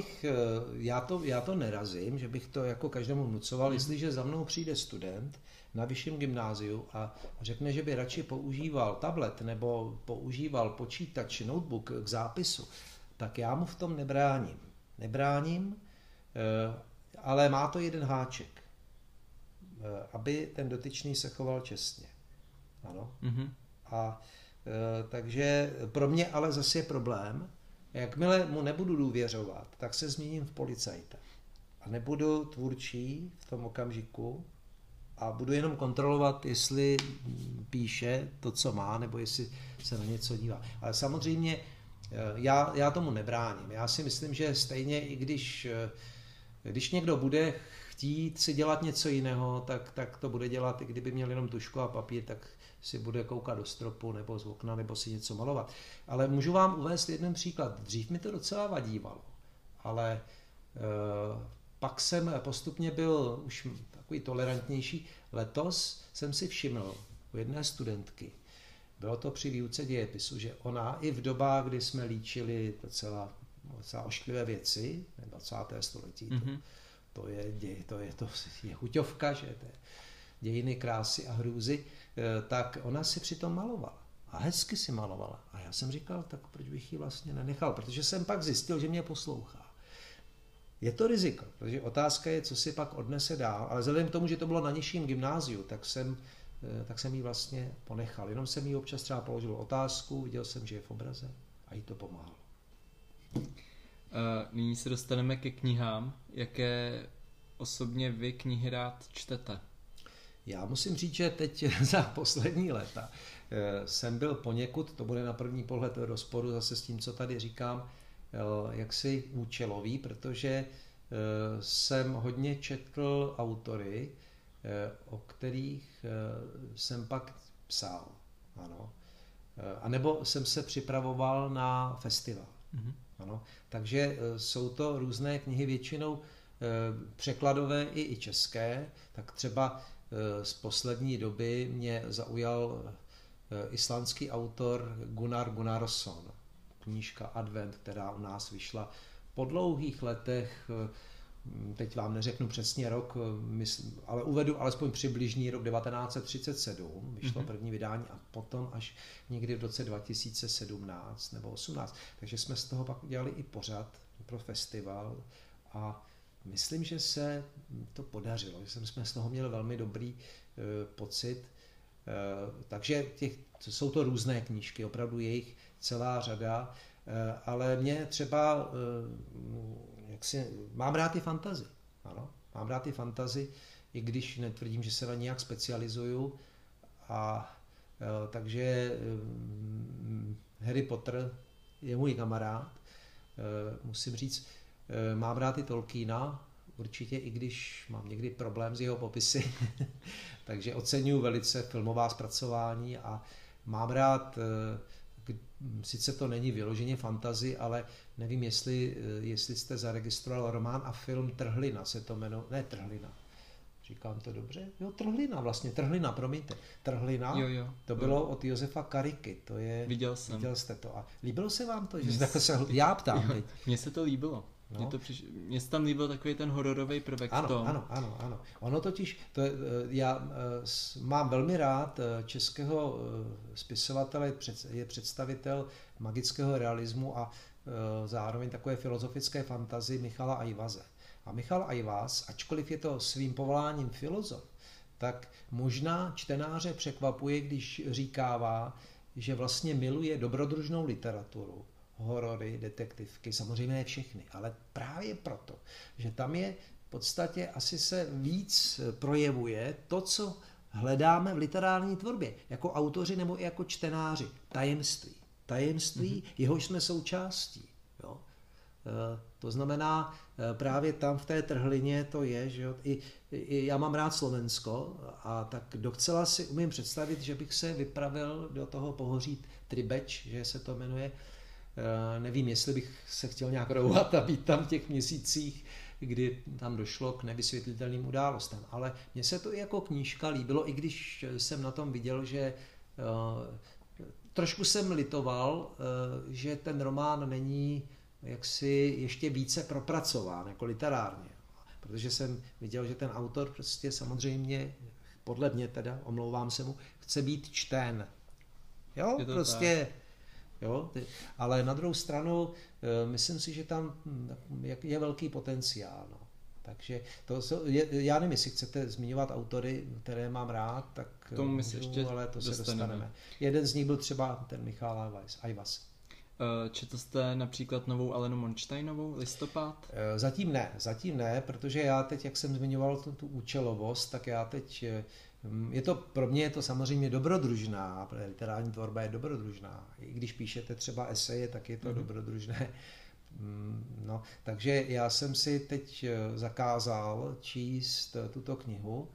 B: já to nerazím, že bych to jako každému vnucoval, jestliže za mnou přijde student na vyšším gymnáziu a řekne, že by radši používal tablet nebo používal počítač, notebook k zápisu, tak já mu v tom nebráním, ale má to jeden háček, aby ten dotyčný se choval čestně. Ano. A takže pro mě ale zase je problém, jakmile mu nebudu důvěřovat, tak se změním v policajta. A nebudu tvůrčí v tom okamžiku a budu jenom kontrolovat, jestli píše to, co má, nebo jestli se na něco dívá. Ale samozřejmě já tomu nebráním. Já si myslím, že stejně i když někdo bude chtít si dělat něco jiného, tak to bude dělat, i kdyby měl jenom tužku a papír, tak si bude koukat do stropu nebo z okna, nebo si něco malovat. Ale můžu vám uvést jeden příklad. Dřív mi to docela vadívalo, ale pak jsem postupně byl už takový tolerantnější. Letos jsem si všiml u jedné studentky, bylo to při výuce dějepisu, že ona i v dobách, kdy jsme líčili docela ošklivé věci, 20. století, to je huťovka, že to je dějiny krásy a hrůzy, tak ona si přitom malovala. A hezky si malovala. A já jsem říkal, tak proč bych ji vlastně nenechal? Protože jsem pak zjistil, že mě poslouchá. Je to riziko, protože otázka je, co si pak odnese dál, ale vzhledem k tomu, že to bylo na nižším gymnáziu, tak jsem ji vlastně ponechal. Jenom jsem jí občas třeba položil otázku, viděl jsem, že je v obraze a jí to pomáhalo.
A: Nyní se dostaneme ke knihám. Jaké osobně vy knihy rád čtete?
B: Já musím říct, že teď za poslední léta jsem byl poněkud, to bude na první pohled v rozporu zase s tím, co tady říkám, jaksi účelový, protože jsem hodně četl autory, o kterých jsem pak psal. Ano. A nebo jsem se připravoval na festival. Ano. Takže jsou to různé knihy, většinou překladové i české, tak třeba z poslední doby mě zaujal islandský autor Gunnar Gunnarsson. Knížka Advent, která u nás vyšla po dlouhých letech, teď vám neřeknu přesně rok, ale uvedu alespoň přibližný rok 1937, vyšlo první vydání a potom až někdy v roce 2017 nebo 18. Takže jsme z toho pak udělali i pořad pro festival A myslím, že se to podařilo, že jsme z toho měli velmi dobrý pocit. Takže jsou to různé knížky, opravdu je jich celá řada, ale mě třeba, mám rád i fantazii, ano, mám rád i fantazii, i když netvrdím, že se na nějak specializuju, takže Harry Potter je můj kamarád, musím říct, mám rád i Tolkiena, určitě, i když mám někdy problém s jeho popisy, takže oceňuji velice filmová zpracování a mám rád, sice to není vyloženě fantasy, ale nevím, jestli jste zaregistroval román a film Trhlina se to jmenuje, ne Trhlina, říkám to dobře? Jo, Trhlina, promiňte. Trhlina,
A: jo.
B: To bylo od Josefa Kariky, to je...
A: Viděl jsem.
B: Viděl jste to a líbilo se vám to? Já ptám teď.
A: Mně se to líbilo.
B: No.
A: Mně se tam líbil takový ten hororový prvek v tom.
B: Ano. Ono totiž, já mám velmi rád českého spisovatele, je představitel magického realismu a zároveň takové filozofické fantasy Michala Ajvaze. A Michal Ajvaz, ačkoliv je to svým povoláním filozof, tak možná čtenáře překvapuje, když říkává, že vlastně miluje dobrodružnou literaturu, horory, detektivky, samozřejmě ne všechny, ale právě proto, že tam je v podstatě asi se víc projevuje to, co hledáme v literární tvorbě, jako autoři nebo i jako čtenáři, tajemství, jehož jsme součástí. Jo? To znamená, právě tam v té Trhlině to je, že jo, i já mám rád Slovensko a tak docela si umím představit, že bych se vypravil do toho pohoří Tribeč, že se to jmenuje. Nevím, jestli bych se chtěl nějak rouhat a být tam v těch měsících, kdy tam došlo k nevysvětlitelným událostem. Ale mně se to i jako knížka líbilo, i když jsem na tom viděl, že trošku jsem litoval, že ten román není jaksi ještě více propracován jako literárně. Protože jsem viděl, že ten autor prostě samozřejmě, podle mě teda, omlouvám se mu, chce být čten. Jo, prostě... Tak. Jo, ale na druhou stranu myslím si, že tam je velký potenciál. No. Takže já nevím, jestli chcete zmiňovat autory, které mám rád, tak
A: tomu můžu, ještě
B: ale to se dostaneme. Jeden z nich byl třeba ten Michal Ajvaz.
A: Četl jste například novou Alenu Monštejnovou, Listopad?
B: Zatím ne, protože já teď, jak jsem zmiňoval tu účelovost, tak já teď... pro mě je to samozřejmě dobrodružná, literární tvorba je dobrodružná. I když píšete třeba eseje, tak je to dobrodružné. No, takže já jsem si teď zakázal číst tuto knihu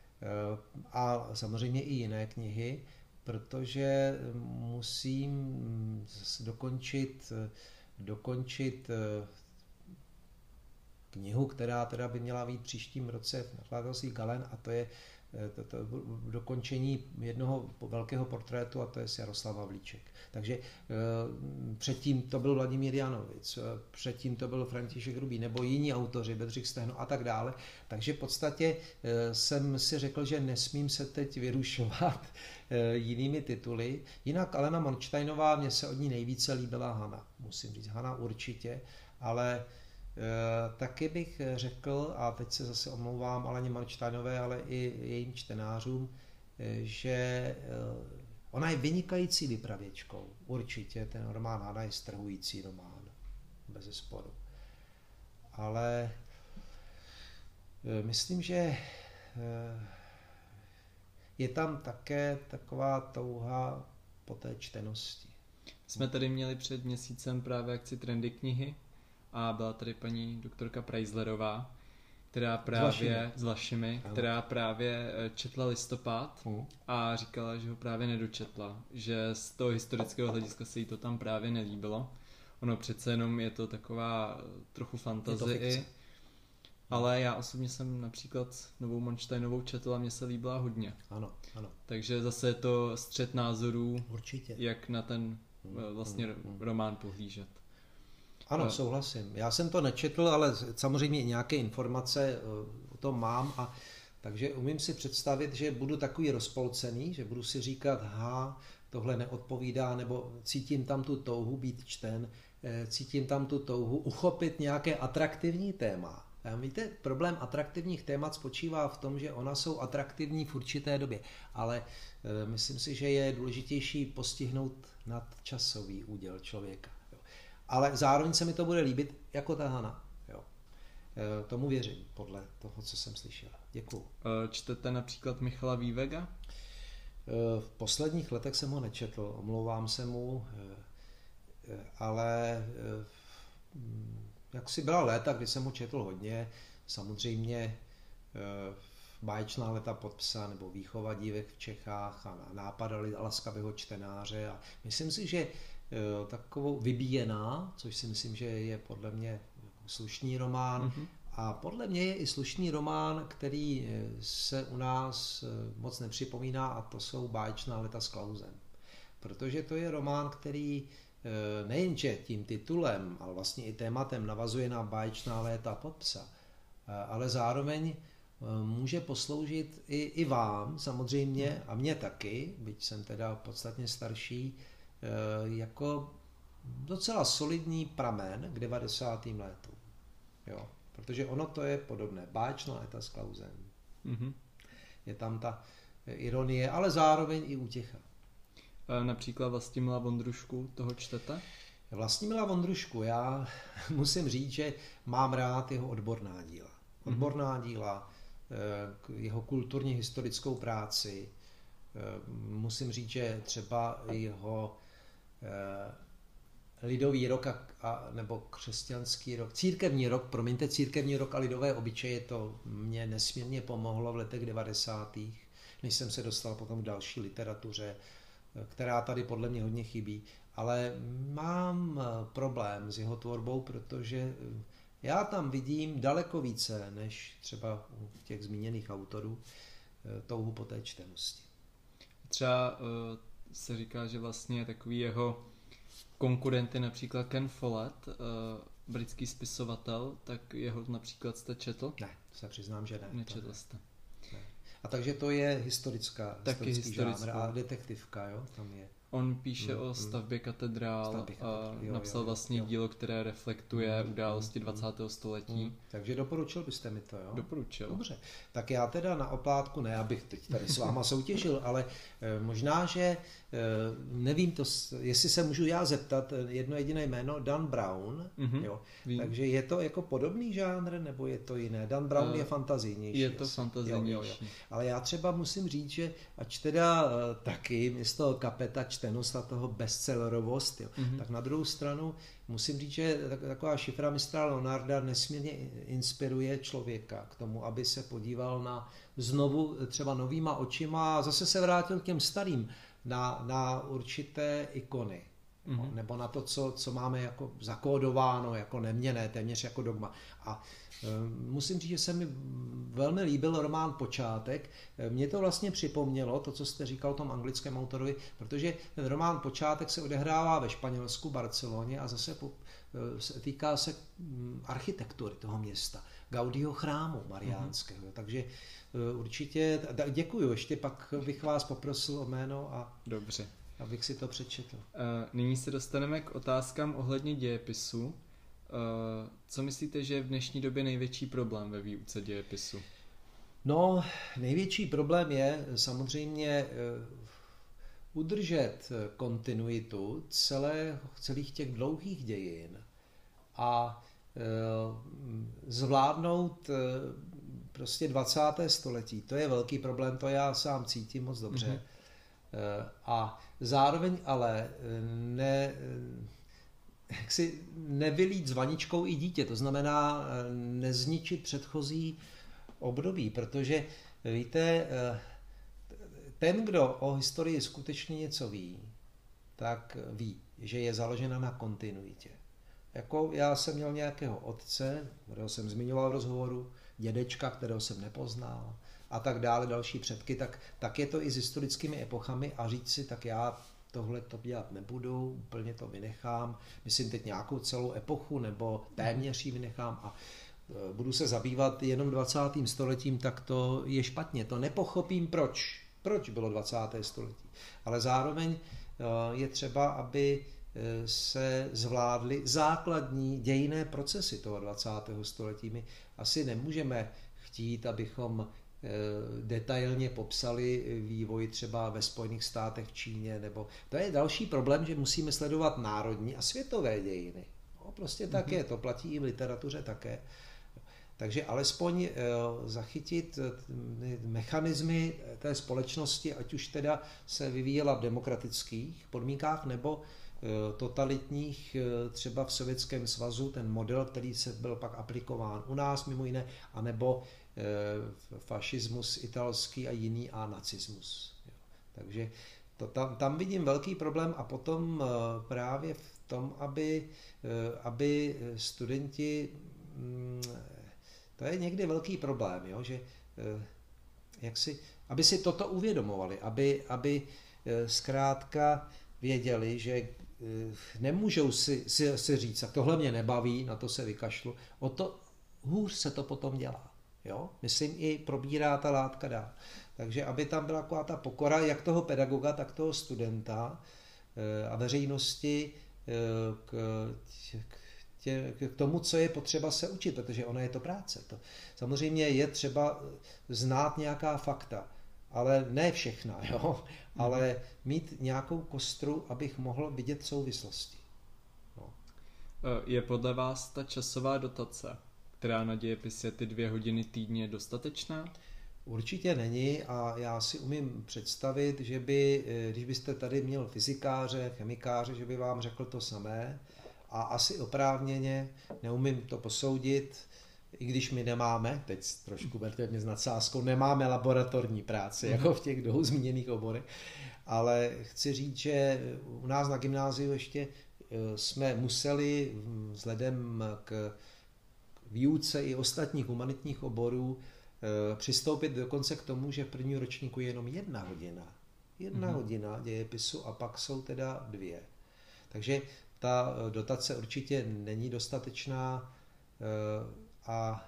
B: a samozřejmě i jiné knihy, protože musím dokončit knihu, která teda by měla být příštím roce v nakladatelství Galen, a to je to dokončení jednoho velkého portrétu, a to je Jaroslav Havlíček. Takže předtím to byl Vladimír Janovic, předtím to byl František Hrubý, nebo jiní autoři, Bedřich Stehno a tak dále. Takže v podstatě jsem si řekl, že nesmím se teď vyrušovat jinými tituly. Jinak Alena Monštejnová, mně se od ní nejvíce líbila Hana, musím říct. Hana určitě, ale taky bych řekl, a teď se zase omlouvám Aleně Monštejnové, ale i jejím čtenářům, že ona je vynikající vypravěčkou. Určitě ten román Hana je strhující román, bezesporu. Ale myslím, že je tam také taková touha po té čtenosti.
A: Jsme tady měli před měsícem právě akci Trendy knihy a byla tady paní doktorka Preislerová, která právě s Vlašimi, která právě četla Listopad a říkala, že ho právě nedočetla, že z toho historického hlediska se jí to tam právě nelíbilo. Ono přece jenom je to taková trochu fantazie, ale já osobně jsem například novou Monštejnovou četl a mně se líbila hodně.
B: Ano.
A: Takže zase je to střet názorů,
B: určitě,
A: jak na ten vlastně román pohlížet.
B: Ano, souhlasím. Já jsem to nečetl, ale samozřejmě nějaké informace o tom mám, a takže umím si představit, že budu takový rozpolcený, že budu si říkat, tohle neodpovídá, nebo cítím tam tu touhu být čten. cítím tam tu touhu uchopit nějaké atraktivní téma. Víte, problém atraktivních témat spočívá v tom, že ona jsou atraktivní v určité době, ale myslím si, že je důležitější postihnout nadčasový úděl člověka. Jo. Ale zároveň se mi to bude líbit jako ta Hana. Jo. Tomu věřím, podle toho, co jsem slyšel. Děkuju.
A: Čtete například Michala Vývega?
B: V posledních letech jsem ho nečetl, omlouvám se mu, ale jak si byla léta, kdy jsem ho četl hodně, samozřejmě Báječná léta pod psa nebo Výchova dívek v Čechách a Nápad laskavého čtenáře a myslím si, že takovou Vybíjená, což si myslím, že je podle mě slušný román, a podle mě je i slušný román, který se u nás moc nepřipomíná, a to jsou Báječná léta s Klausem. Protože to je román, který nejenže tím titulem, ale vlastně i tématem navazuje na Báječná léta pod psa, ale zároveň může posloužit i vám samozřejmě, a mně taky, byť jsem teda podstatně starší, jako docela solidní pramen k 90. letům. Jo. Protože ono to je podobné. Báječná léta s Klausem. Je tam ta ironie, ale zároveň i útěcha.
A: Například Vlastimila Vondrušku, toho čtete?
B: Vlastimila Vondrušku, já musím říct, že mám rád jeho odborná díla. Odborná díla, jeho kulturně historickou práci. Musím říct, že třeba jeho lidový rok nebo křesťanský rok, církevní rok a lidové obyčeje, to mě nesmírně pomohlo v letech 90. než jsem se dostal potom k další literatuře, která tady podle mě hodně chybí. Ale mám problém s jeho tvorbou, protože já tam vidím daleko více, než třeba u těch zmíněných autorů, touhu po té čtenosti.
A: Třeba se říká, že vlastně takový jeho konkurent je například Ken Follett, britský spisovatel, tak jeho například jste četl?
B: Ne, se přiznám, že ne.
A: Nečetl jste.
B: Ne. A takže to je historický žánr a detektivka, jo, tam je.
A: On píše o stavbě katedrál a napsal vlastně dílo, které reflektuje události 20. století.
B: Takže doporučil byste mi to, jo?
A: Doporučil.
B: Dobře, tak já teda na oplátku, ne abych teď tady s váma soutěžil, ale možná, že nevím to, jestli se můžu já zeptat, jedno jediné jméno, Dan Brown, jo? Takže je to jako podobný žánr, nebo je to jiné? Dan Brown je fantazijnější.
A: Je to fantazijnější.
B: Ale já třeba musím říct, že ač teda taky město Kapeta čtenost a toho bestsellerovost, jo, tak na druhou stranu musím říct, že taková šifra mistra Leonarda nesmírně inspiruje člověka k tomu, aby se podíval na znovu třeba novýma očima a zase se vrátil k těm starým, na určité ikony. Nebo na to, co máme jako zakódováno, jako neměnné, téměř jako dogma. A musím říct, že se mi velmi líbil román Počátek. Mně to vlastně připomnělo, to, co jste říkal o tom anglickém autorovi, protože ten román Počátek se odehrává ve Španělsku, Barceloně a zase týká se architektury toho města, Gaudiho chrámu mariánského. Takže určitě, děkuju, ještě pak bych vás poprosil o jméno a...
A: Dobře.
B: Abych si to přečetl.
A: Nyní se dostaneme k otázkám ohledně dějepisu. Co myslíte, že je v dnešní době největší problém ve výuce dějepisu?
B: No, největší problém je samozřejmě udržet kontinuitu celých těch dlouhých dějin a zvládnout prostě 20. století. To je velký problém, to já sám cítím moc dobře. A zároveň ale nevylít s vaničkou i dítě, to znamená nezničit předchozí období, protože víte, ten, kdo o historii skutečně něco ví, tak ví, že je založena na kontinuitě. Jako já jsem měl nějakého otce, kterého jsem zmiňoval v rozhovoru, dědečka, kterého jsem nepoznal, a tak dále, další předky, tak je to i s historickými epochami a říct si, tak já tohle to dělat nebudu, úplně to vynechám, myslím teď nějakou celou epochu nebo téměř ji vynechám a budu se zabývat jenom 20. stoletím, tak to je špatně, to nepochopím proč bylo 20. století. Ale zároveň je třeba, aby se zvládly základní dějinné procesy toho 20. století. My asi nemůžeme chtít, abychom detailně popsali vývoj třeba ve Spojených státech, v Číně, nebo to je další problém, že musíme sledovat národní a světové dějiny. No, prostě tak je, to platí i v literatuře také. Takže alespoň zachytit mechanismy té společnosti, ať už teda se vyvíjela v demokratických podmínkách nebo totalitních, třeba v Sovětském svazu, ten model, který se byl pak aplikován u nás mimo jiné, anebo fašismus italský a jiný a nacismus. Takže tam vidím velký problém a potom právě v tom, aby studenti, to je někdy velký problém, jo, že aby si toto uvědomovali, aby zkrátka věděli, že nemůžou si říct, tak tohle mě nebaví, na to se vykašlu, o to hůř se to potom dělá. Jo? Myslím, i probírá ta látka dál. Takže aby tam byla taková ta pokora jak toho pedagoga, tak toho studenta a veřejnosti k tomu, co je potřeba se učit, protože ona je to práce. Samozřejmě je třeba znát nějaká fakta, ale ne všechna, jo? Ale mít nějakou kostru, abych mohl vidět souvislosti. No.
A: Je podle vás ta časová dotace, která na dějepis je ty 2 hodiny týdně, dostatečná?
B: Určitě není a já si umím představit, že by, když byste tady měl fyzikáře, chemikáře, že by vám řekl to samé a asi oprávněně, neumím to posoudit, i když my nemáme, teď trošku berte mě s nadsázkou, nemáme laboratorní práce, jako v těch 2 zmíněných oborech, ale chci říct, že u nás na gymnáziu ještě jsme museli vzhledem k výuce i ostatních humanitních oborů přistoupit dokonce k tomu, že v prvním ročníku je jenom 1 hodina. 1 hodina dějepisu a pak jsou teda 2. Takže ta dotace určitě není dostatečná a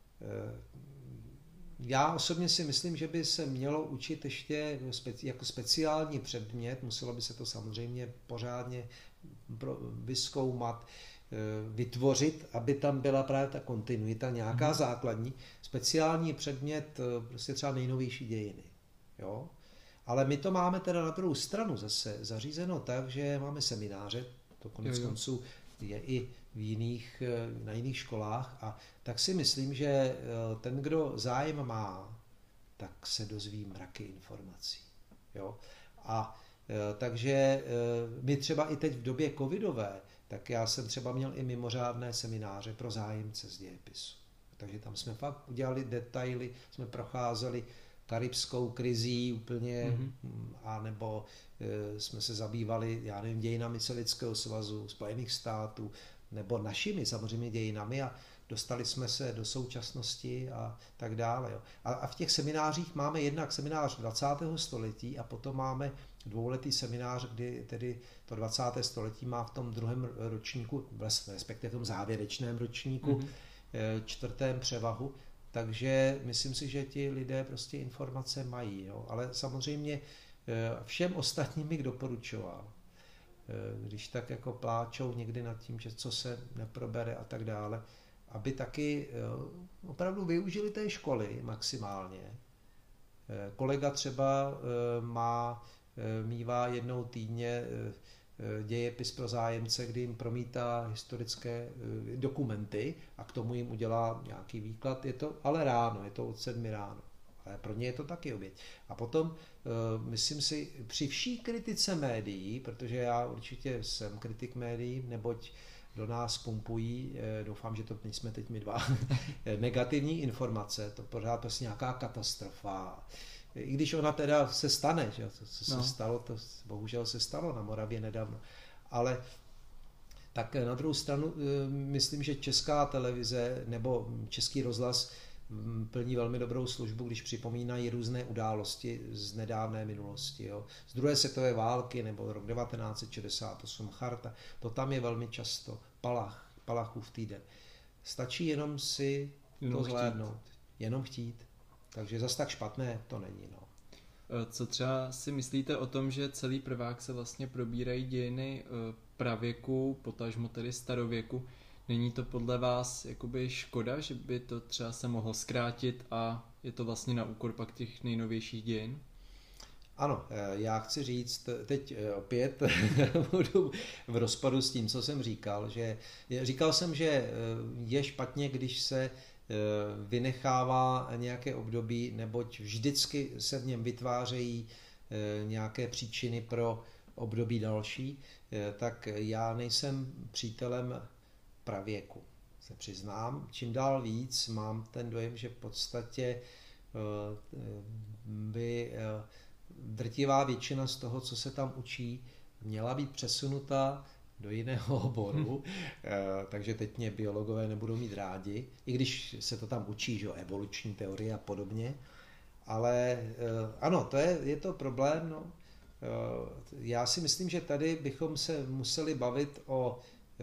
B: já osobně si myslím, že by se mělo učit ještě jako speciální předmět, muselo by se to samozřejmě pořádně vyzkoumat, vytvořit, aby tam byla právě ta kontinuita, nějaká základní, speciální předmět, prostě třeba nejnovější dějiny. Jo? Ale my to máme teda na druhou stranu zase zařízeno tak, že máme semináře, to konec konců je i na jiných školách a tak si myslím, že ten, kdo zájem má, tak se dozví mraky informací. Jo? A takže my třeba i teď v době covidové, tak já jsem třeba měl i mimořádné semináře pro zájemce z dějepisu. Takže tam jsme fakt udělali detaily, jsme procházeli karibskou krizí úplně, anebo jsme se zabývali, já nevím, dějinami Sovětského svazu, Spojených států, nebo našimi samozřejmě dějinami a dostali jsme se do současnosti a tak dále. Jo. A v těch seminářích máme jednak seminář 20. století a potom máme 2letý seminář, kdy tedy to 20. století má v tom 2. ročníku, respektive v tom závěrečném ročníku, 4. převahu. Takže myslím si, že ti lidé prostě informace mají. Jo. Ale samozřejmě všem ostatním bych doporučoval, když tak jako pláčou někdy nad tím, že co se neprobere a tak dále, aby taky opravdu využili té školy maximálně. Kolega třeba mívá jednou týdně dějepis pro zájemce, kdy jim promítá historické dokumenty a k tomu jim udělá nějaký výklad. Je to ale ráno, je to od 7 ráno. Ale pro ně je to taky oběť. A potom, myslím si, při vší kritice médií, protože já určitě jsem kritik médií, neboť do nás pumpují, doufám, že to nejsme teď my dva, negativní informace, to pořád prostě nějaká katastrofa. I když ona teda se stane, že co se stalo, to bohužel se stalo na Moravě nedávno. Ale tak na druhou stranu myslím, že Česká televize nebo Český rozhlas plní velmi dobrou službu, když připomínají různé události z nedávné minulosti. Jo. Z druhé světové války nebo rok 1968, Charta, to tam je velmi často, Palachův týden. Stačí jenom si to zhlédnout, jenom chtít. Takže zas tak špatné to není. No.
A: Co třeba si myslíte o tom, že celý prvák se vlastně probírají dějiny pravěku, potažmo tedy starověku? Není to podle vás jakoby škoda, že by to třeba se mohlo zkrátit a je to vlastně na úkor pak těch nejnovějších dějin?
B: Ano, já chci říct, teď opět budu v rozpadu s tím, co jsem říkal, že říkal jsem, že je špatně, když se vynechává nějaké období, neboť vždycky se v něm vytvářejí nějaké příčiny pro období další, tak já nejsem přítelem pravěku, se přiznám. Čím dál víc mám ten dojem, že v podstatě by drtivá většina z toho, co se tam učí, měla být přesunuta do jiného oboru, takže teď mě biologové nebudou mít rádi, i když se to tam učí, že evoluční teorie a podobně, ale ano, je to problém, no. Já si myslím, že tady bychom se museli bavit o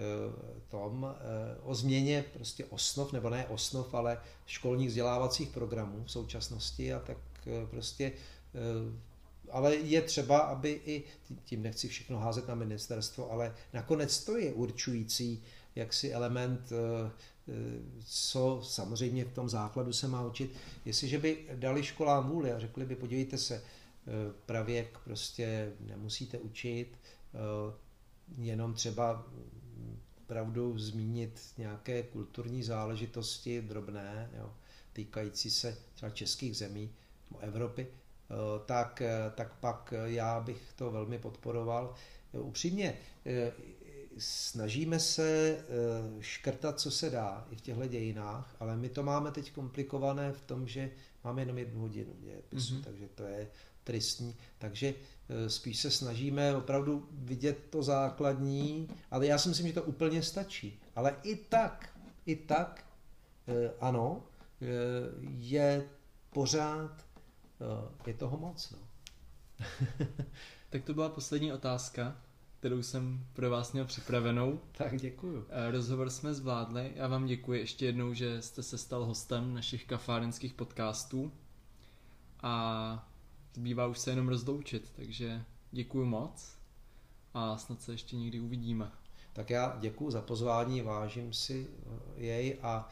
B: změně prostě osnov, nebo ne osnov, ale školních vzdělávacích programů v současnosti a tak prostě ale je třeba, aby i, tím nechci všechno házet na ministerstvo, ale nakonec to je určující jaksi element, co samozřejmě v tom základu se má učit. Jestliže by dali školám vůli a řekli by, podívejte se, pravěk prostě nemusíte učit, jenom třeba pravdu zmínit nějaké kulturní záležitosti drobné, jo, týkající se třeba českých zemí, Evropy, tak pak já bych to velmi podporoval. Upřímně, snažíme se škrtat, co se dá i v těchto dějinách, ale my to máme teď komplikované v tom, že máme jenom 1 hodinu dějepisu, takže to je tristní. Takže spíš se snažíme opravdu vidět to základní, ale já si myslím, že to úplně stačí. Ale i tak, ano, je pořád je toho moc. No.
A: Tak to byla poslední otázka, kterou jsem pro vás měl připravenou.
B: Tak děkuju.
A: Rozhovor jsme zvládli. Já vám děkuji ještě jednou, že jste se stal hostem našich kafárenských podcastů. A zbývá už se jenom rozloučit, takže děkuju moc a snad se ještě někdy uvidíme.
B: Tak já děkuju za pozvání, vážím si jej a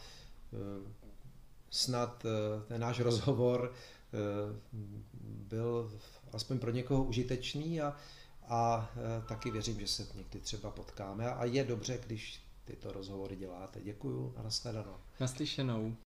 B: snad ten náš rozhovor byl aspoň pro někoho užitečný a taky věřím, že se někdy třeba potkáme a je dobře, když tyto rozhovory děláte. Děkuju a nashledanou.
A: Naslyšenou.